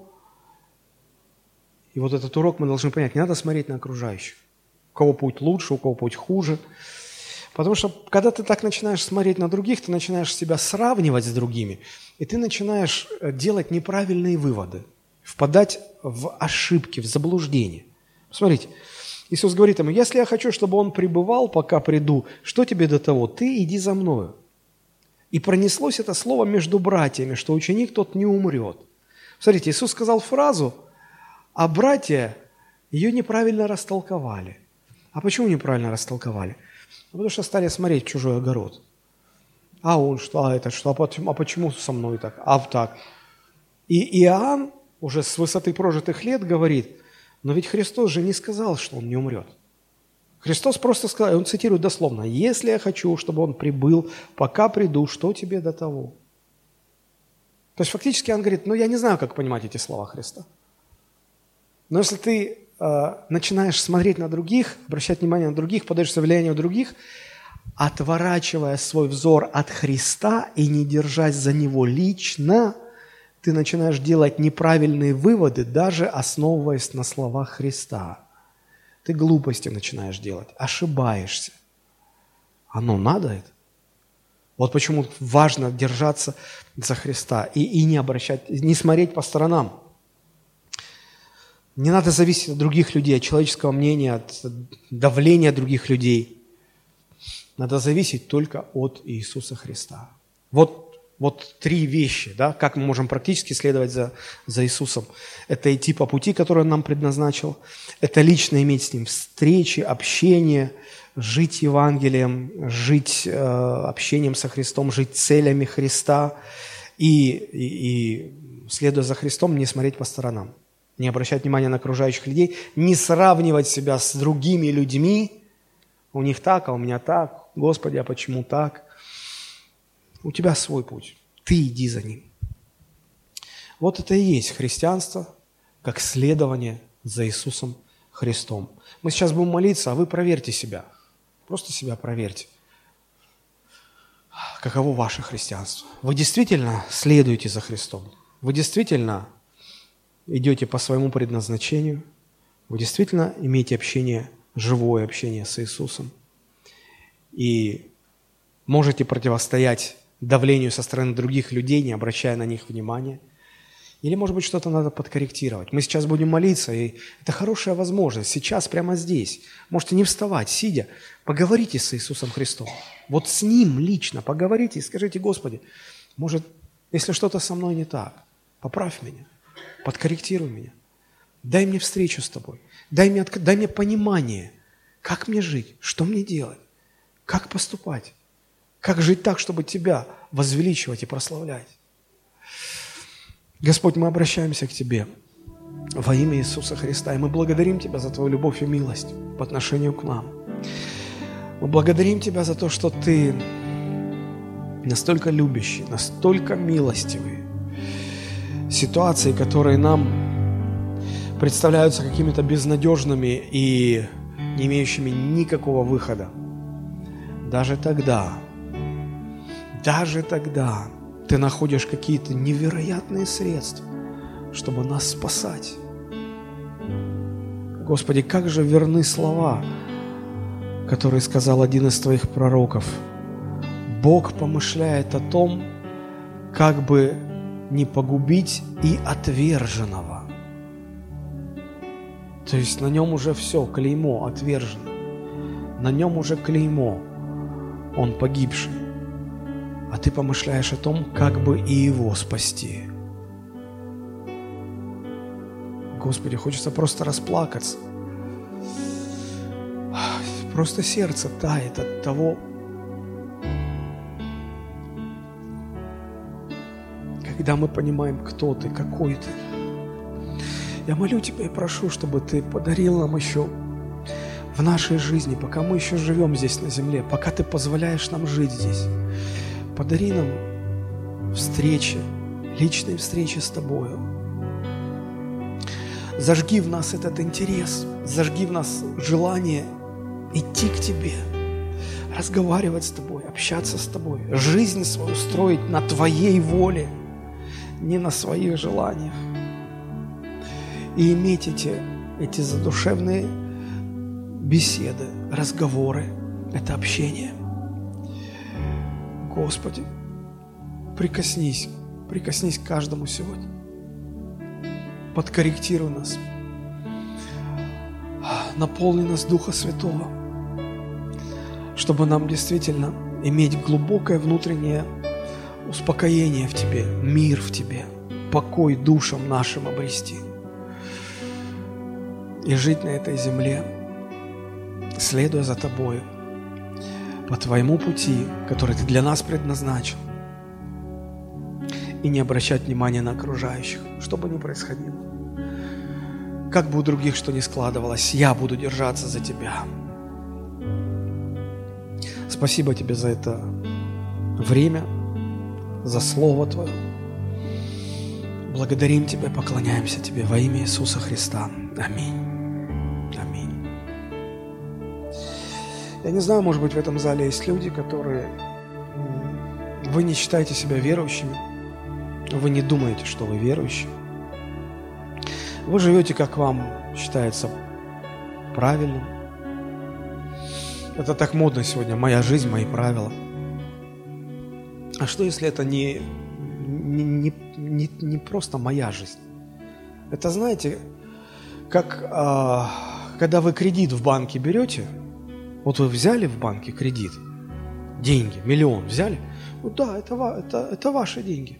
И вот этот урок мы должны понять. Не надо смотреть на окружающих. У кого путь лучше, у кого путь хуже. Потому что, когда ты так начинаешь смотреть на других, ты начинаешь себя сравнивать с другими, и ты начинаешь делать неправильные выводы, впадать в ошибки, в заблуждение. Смотрите, Иисус говорит ему, если я хочу, чтобы он пребывал, пока приду, что тебе до того? Ты иди за мною. И пронеслось это слово между братьями, что ученик тот не умрет. Смотрите, Иисус сказал фразу, а братья ее неправильно растолковали. А почему неправильно растолковали? Потому что стали смотреть в чужой огород. А он что, а этот что, а почему со мной так, а так. И Иоанн уже с высоты прожитых лет говорит, но ведь Христос же не сказал, что он не умрет. Христос просто сказал, он цитирует дословно, если я хочу, чтобы он прибыл, пока приду, что тебе до того? То есть фактически он говорит, я не знаю, как понимать эти слова Христа. Но если ты начинаешь смотреть на других, обращать внимание на других, поддаешься влиянию других, отворачивая свой взор от Христа и не держась за Него лично, ты начинаешь делать неправильные выводы, даже основываясь на словах Христа. Ты глупости начинаешь делать, ошибаешься. Оно надо это? Вот почему важно держаться за Христа и не смотреть по сторонам. Не надо зависеть от других людей, от человеческого мнения, от давления других людей. Надо зависеть только от Иисуса Христа. Вот три вещи, да, как мы можем практически следовать за Иисусом. Это идти по пути, который Он нам предназначил. Это лично иметь с Ним встречи, общение, жить Евангелием, жить общением со Христом, жить целями Христа. И следуя за Христом, не смотреть по сторонам. Не обращать внимания на окружающих людей, не сравнивать себя с другими людьми. У них так, а у меня так. Господи, а почему так? У тебя свой путь. Ты иди за ним. Вот это и есть христианство, как следование за Иисусом Христом. Мы сейчас будем молиться, а вы проверьте себя. Просто себя проверьте. Каково ваше христианство? Вы действительно следуете за Христом? Вы действительно идете по своему предназначению, вы действительно имеете общение, живое общение с Иисусом. и можете противостоять давлению со стороны других людей, не обращая на них внимания. Или, может быть, что-то надо подкорректировать. Мы сейчас будем молиться, и это хорошая возможность. Сейчас, прямо здесь. Можете не вставать, сидя. Поговорите с Иисусом Христом. Вот с Ним лично поговорите и скажите: Господи, может, если что-то со мной не так, поправь меня, подкорректируй меня. Дай мне встречу с Тобой. Дай мне понимание, как мне жить, что мне делать, как поступать, как жить так, чтобы Тебя возвеличивать и прославлять. Господь, мы обращаемся к Тебе во имя Иисуса Христа, и мы благодарим Тебя за Твою любовь и милость по отношению к нам. Мы благодарим Тебя за то, что Ты настолько любящий, настолько милостивый. Ситуации, которые нам представляются какими-то безнадежными и не имеющими никакого выхода, даже тогда Ты находишь какие-то невероятные средства, чтобы нас спасать. Господи, как же верны слова, которые сказал один из Твоих пророков. Бог помышляет о том, как бы не погубить и отверженного. То есть на нем уже все, клеймо, отверженный. На нем уже клеймо, он погибший. А ты помышляешь о том, как бы и его спасти. Господи, хочется просто расплакаться. Просто сердце тает от того, когда мы понимаем, кто Ты, какой Ты. Я молю Тебя и прошу, чтобы Ты подарил нам еще в нашей жизни, пока мы еще живем здесь на земле, пока Ты позволяешь нам жить здесь, подари нам встречи, личные встречи с Тобою. Зажги в нас этот интерес, зажги в нас желание идти к Тебе, разговаривать с Тобой, общаться с Тобой, жизнь свою строить на Твоей воле, не на своих желаниях. И иметь эти задушевные беседы, разговоры, это общение. Господи, прикоснись к каждому сегодня. Подкорректируй нас. Наполни нас Духа Святого, чтобы нам действительно иметь глубокое внутреннее успокоение в Тебе, мир в Тебе, покой душам нашим обрести. И жить на этой земле, следуя за Тобою, по Твоему пути, который Ты для нас предназначил, и не обращать внимания на окружающих, что бы ни происходило. Как бы у других что ни складывалось, я буду держаться за Тебя. Спасибо Тебе за это время, за Слово Твое. Благодарим Тебя, поклоняемся Тебе во имя Иисуса Христа. Аминь. Аминь. Я не знаю, может быть, в этом зале есть люди, которые... Вы не считаете себя верующими, вы не думаете, что вы верующие. Вы живете, как вам считается правильным. Это так модно сегодня. Моя жизнь, мои правила. А что, если это не просто моя жизнь? Это, знаете, как когда вы кредит в банке берете, вот вы взяли в банке кредит, деньги, 1 миллион взяли, ну да, это ваши деньги.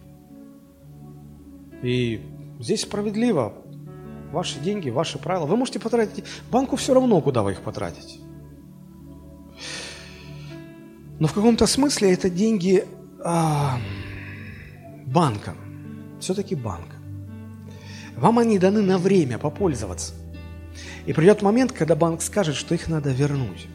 И здесь справедливо. Ваши деньги, ваши правила. Вы можете потратить. Банку все равно, куда вы их потратите. Но в каком-то смысле это деньги банка. Все-таки банка. Вам они даны на время попользоваться. И придет момент, когда банк скажет, что их надо вернуть.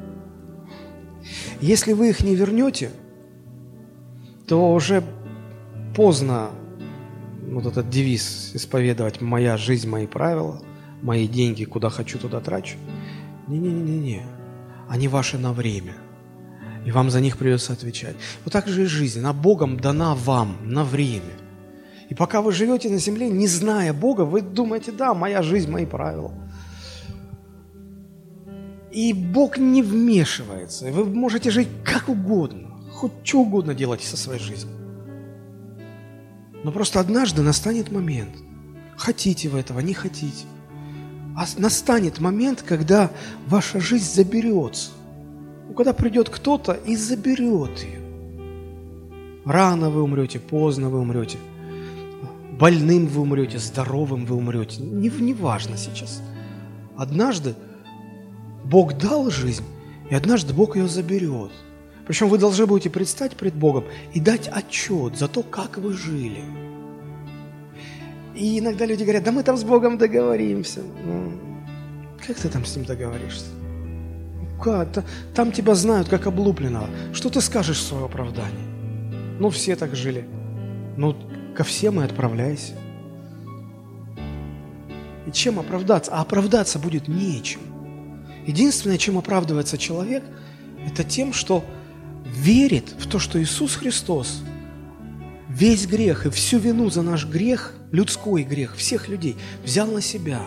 Если вы их не вернете, то уже поздно вот этот девиз исповедовать: «Моя жизнь, мои правила, мои деньги, куда хочу, туда трачу». Не-не-не-не. Они ваши на время. И вам за них придется отвечать. Вот так же и жизнь. Она Богом дана вам на время. И пока вы живете на земле, не зная Бога, вы думаете: да, моя жизнь, мои правила. И Бог не вмешивается. И вы можете жить как угодно, хоть что угодно делать со своей жизнью. Но просто однажды настанет момент, хотите вы этого, не хотите, а настанет момент, когда ваша жизнь заберется. Когда придет кто-то и заберет ее. Рано вы умрете, поздно вы умрете, больным вы умрете, здоровым вы умрете. Не важно сейчас. Однажды Бог дал жизнь, и однажды Бог ее заберет. Причем вы должны будете предстать пред Богом и дать отчет за то, как вы жили. И иногда люди говорят, да мы там с Богом договоримся. Как ты там с Ним договоришься? Там тебя знают как облупленного. Что ты скажешь в свое оправдание? Ну, все так жили. Ну, ко всем и отправляйся. И чем оправдаться? А оправдаться будет нечем. Единственное, чем оправдывается человек, это тем, что верит в то, что Иисус Христос весь грех и всю вину за наш грех, людской грех, всех людей, взял на себя.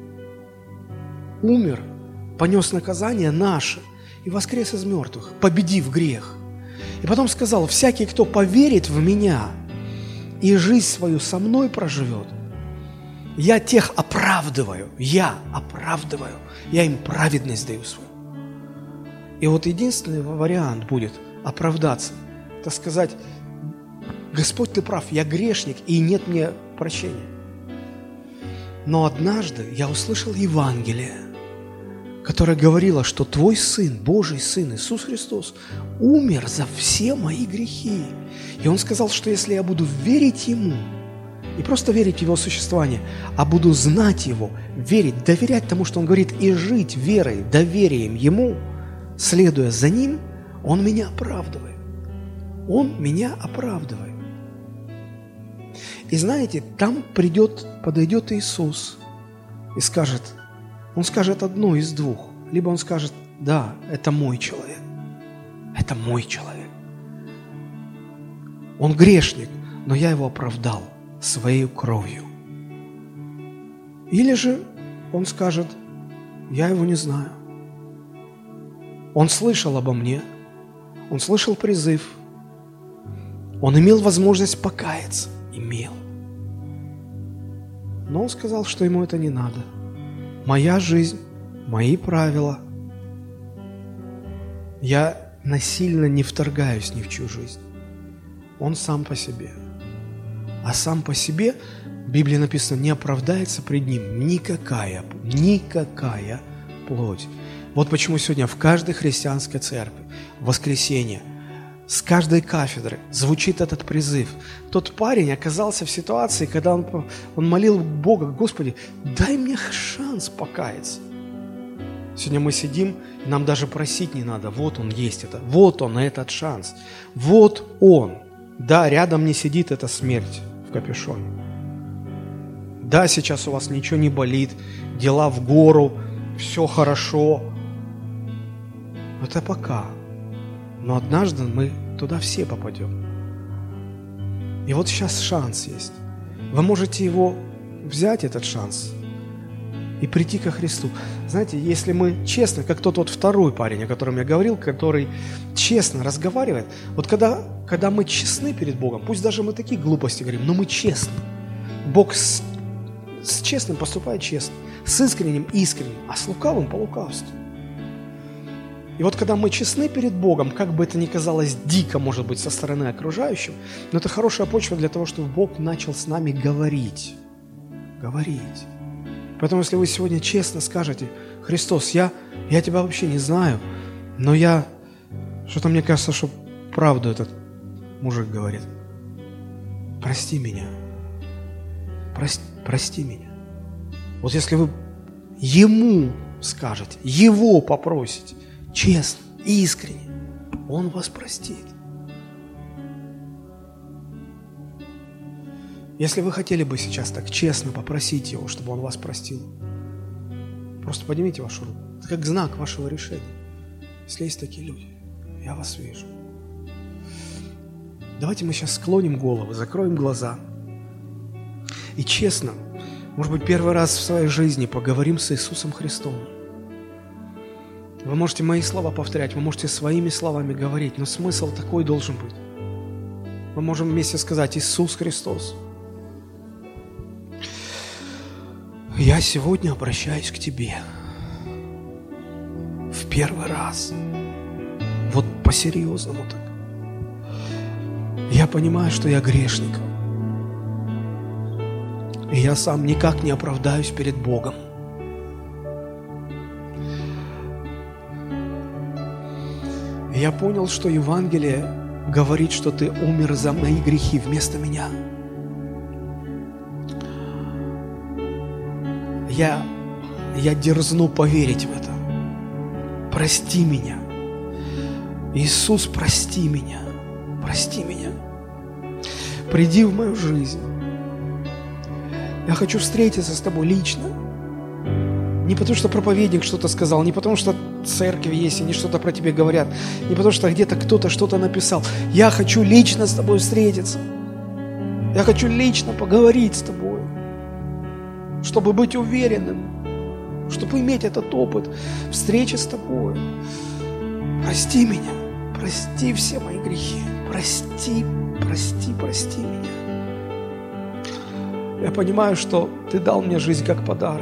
Умер, понес наказание наше и воскрес из мертвых, победив грех. И потом сказал, всякий, кто поверит в Меня и жизнь свою со мной проживет, я тех оправдываю, я им праведность даю свою. И вот единственный вариант будет оправдаться, это сказать, Господь, Ты прав, я грешник, и нет мне прощения. Но однажды я услышал Евангелие, которое говорило, что Твой Сын, Божий Сын, Иисус Христос, умер за все мои грехи. И Он сказал, что если я буду верить Ему, не просто верить в Его существование, а буду знать Его, верить, доверять тому, что Он говорит, и жить верой, доверием Ему, следуя за Ним, Он меня оправдывает. Он меня оправдывает. И знаете, там подойдет Иисус и скажет, Он скажет одно из двух. Либо Он скажет, да, это мой человек. Это мой человек. Он грешник, но я его оправдал своей кровью. Или же Он скажет, я его не знаю. Он слышал обо мне, он слышал призыв, он имел возможность покаяться, имел. Но он сказал, что ему это не надо. Моя жизнь, мои правила. Я насильно не вторгаюсь ни в чью жизнь. Он сам по себе. А сам по себе, в Библии написано, не оправдается пред Ним никакая плоть. Вот почему сегодня в каждой христианской церкви, в воскресенье, с каждой кафедры звучит этот призыв. Тот парень оказался в ситуации, когда он молил Бога, Господи, дай мне шанс покаяться. Сегодня мы сидим, и нам даже просить не надо. Вот он есть это, вот он, этот шанс. Вот он. Да, рядом не сидит эта смерть в капюшоне. Да, сейчас у вас ничего не болит, дела в гору, все хорошо. Это пока. Но однажды мы туда все попадем. И вот сейчас шанс есть. Вы можете его взять, этот шанс, и прийти ко Христу. Знаете, если мы честно, как тот вот второй парень, о котором я говорил, который честно разговаривает, вот когда мы честны перед Богом, пусть даже мы такие глупости говорим, но мы честны. Бог с честным поступает честно, с искренним искренним, а с лукавым по лукавству. И вот когда мы честны перед Богом, как бы это ни казалось дико, может быть, со стороны окружающих, но это хорошая почва для того, чтобы Бог начал с нами говорить. Говорить. Поэтому, если вы сегодня честно скажете, Христос, я тебя вообще не знаю, но что-то мне кажется, что правду этот мужик говорит. Прости меня. Прости меня. Вот если вы Ему скажете, Его попросите, честно, искренне, Он вас простит. Если вы хотели бы сейчас так честно попросить Его, чтобы Он вас простил, просто поднимите вашу руку. Это как знак вашего решения. Если есть такие люди, я вас вижу. Давайте мы сейчас склоним головы, закроем глаза и честно, может быть, первый раз в своей жизни поговорим с Иисусом Христом. Вы можете мои слова повторять, вы можете своими словами говорить, но смысл такой должен быть. Мы можем вместе сказать: Иисус Христос, я сегодня обращаюсь к Тебе в первый раз. Вот по-серьезному так. Я понимаю, что я грешник. И я сам никак не оправдаюсь перед Богом. И я понял, что Евангелие говорит, что Ты умер за мои грехи вместо меня. Я дерзну поверить в это. Прости меня. Иисус, прости меня. Прости меня. Приди в мою жизнь. Я хочу встретиться с Тобой лично. Не потому, что проповедник что-то сказал, не потому, что церковь есть, и они что-то про Тебя говорят, не потому, что где-то кто-то что-то написал. Я хочу лично с Тобой встретиться. Я хочу лично поговорить с Тобой, чтобы быть уверенным, чтобы иметь этот опыт встречи с Тобой. Прости меня, прости все мои грехи, прости меня. Я понимаю, что Ты дал мне жизнь как подарок.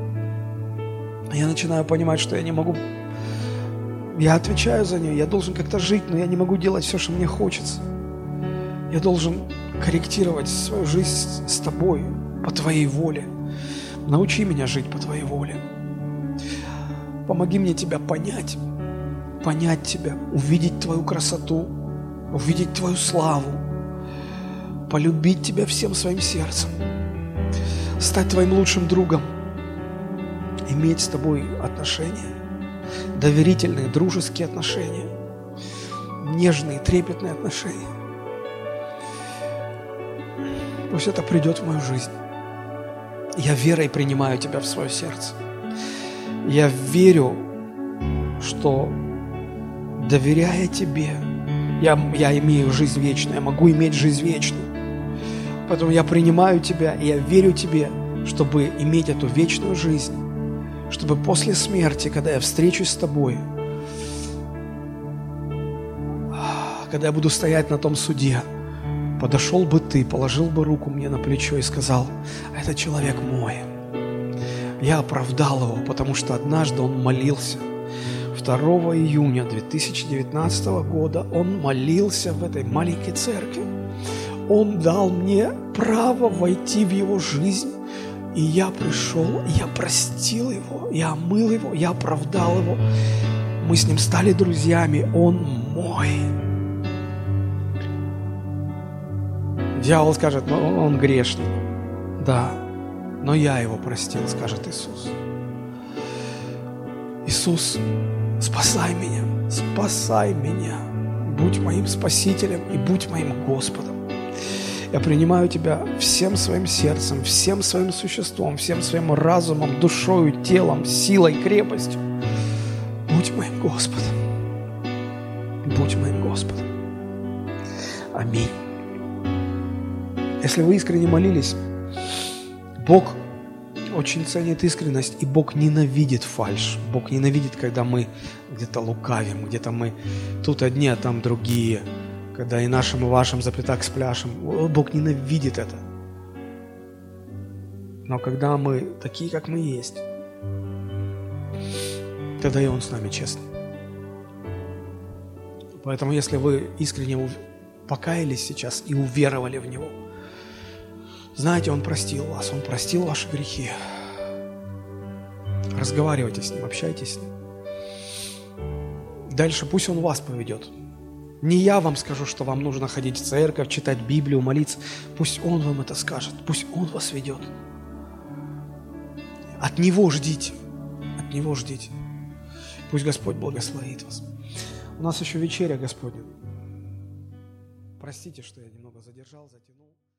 Я начинаю понимать, что я не могу. Я отвечаю за нее, я должен как-то жить, но я не могу делать все, что мне хочется. Я должен корректировать свою жизнь с Тобой, по Твоей воле. Научи меня жить по Твоей воле. Помоги мне Тебя понять Тебя, увидеть Твою красоту, увидеть Твою славу, полюбить Тебя всем своим сердцем, стать Твоим лучшим другом, иметь с Тобой отношения, доверительные, дружеские отношения, нежные, трепетные отношения. Пусть это придет в мою жизнь. Я верой принимаю Тебя в свое сердце. Я верю, что, доверяя Тебе, я имею жизнь вечную, я могу иметь жизнь вечную. Поэтому я принимаю Тебя, и я верю Тебе, чтобы иметь эту вечную жизнь, чтобы после смерти, когда я встречусь с Тобой, когда я буду стоять на том суде, подошел бы Ты, положил бы руку мне на плечо и сказал: это человек мой. Я оправдал его, потому что однажды он молился. 2 июня 2019 года он молился в этой маленькой церкви. Он дал мне право войти в его жизнь. И я пришел, я простил его, я омыл его, я оправдал его. Мы с ним стали друзьями, он мой. Дьявол скажет: ну, он грешный. Да, но я его простил, скажет Иисус. Иисус, спасай меня, будь моим Спасителем и будь моим Господом. Я принимаю Тебя всем своим сердцем, всем своим существом, всем своим разумом, душою, телом, силой, крепостью. Будь моим Господом. Будь моим Господом. Аминь. Если вы искренне молились, Бог очень ценит искренность, и Бог ненавидит фальшь. Бог ненавидит, когда мы где-то лукавим, где-то мы тут одни, а там другие, когда и нашим, и вашим запятак спляшем. Бог ненавидит это. Но когда мы такие, как мы есть, тогда и Он с нами честный. Поэтому, если вы искренне покаялись сейчас и уверовали в Него, знаете, Он простил вас, Он простил ваши грехи. Разговаривайте с Ним, общайтесь с Ним. Дальше пусть Он вас поведет. Не я вам скажу, что вам нужно ходить в церковь, читать Библию, молиться. Пусть Он вам это скажет, пусть Он вас ведет. От Него ждите, от Него ждите. Пусть Господь благословит вас. У нас еще вечеря, Господня. Простите, что я немного задержал, затянул.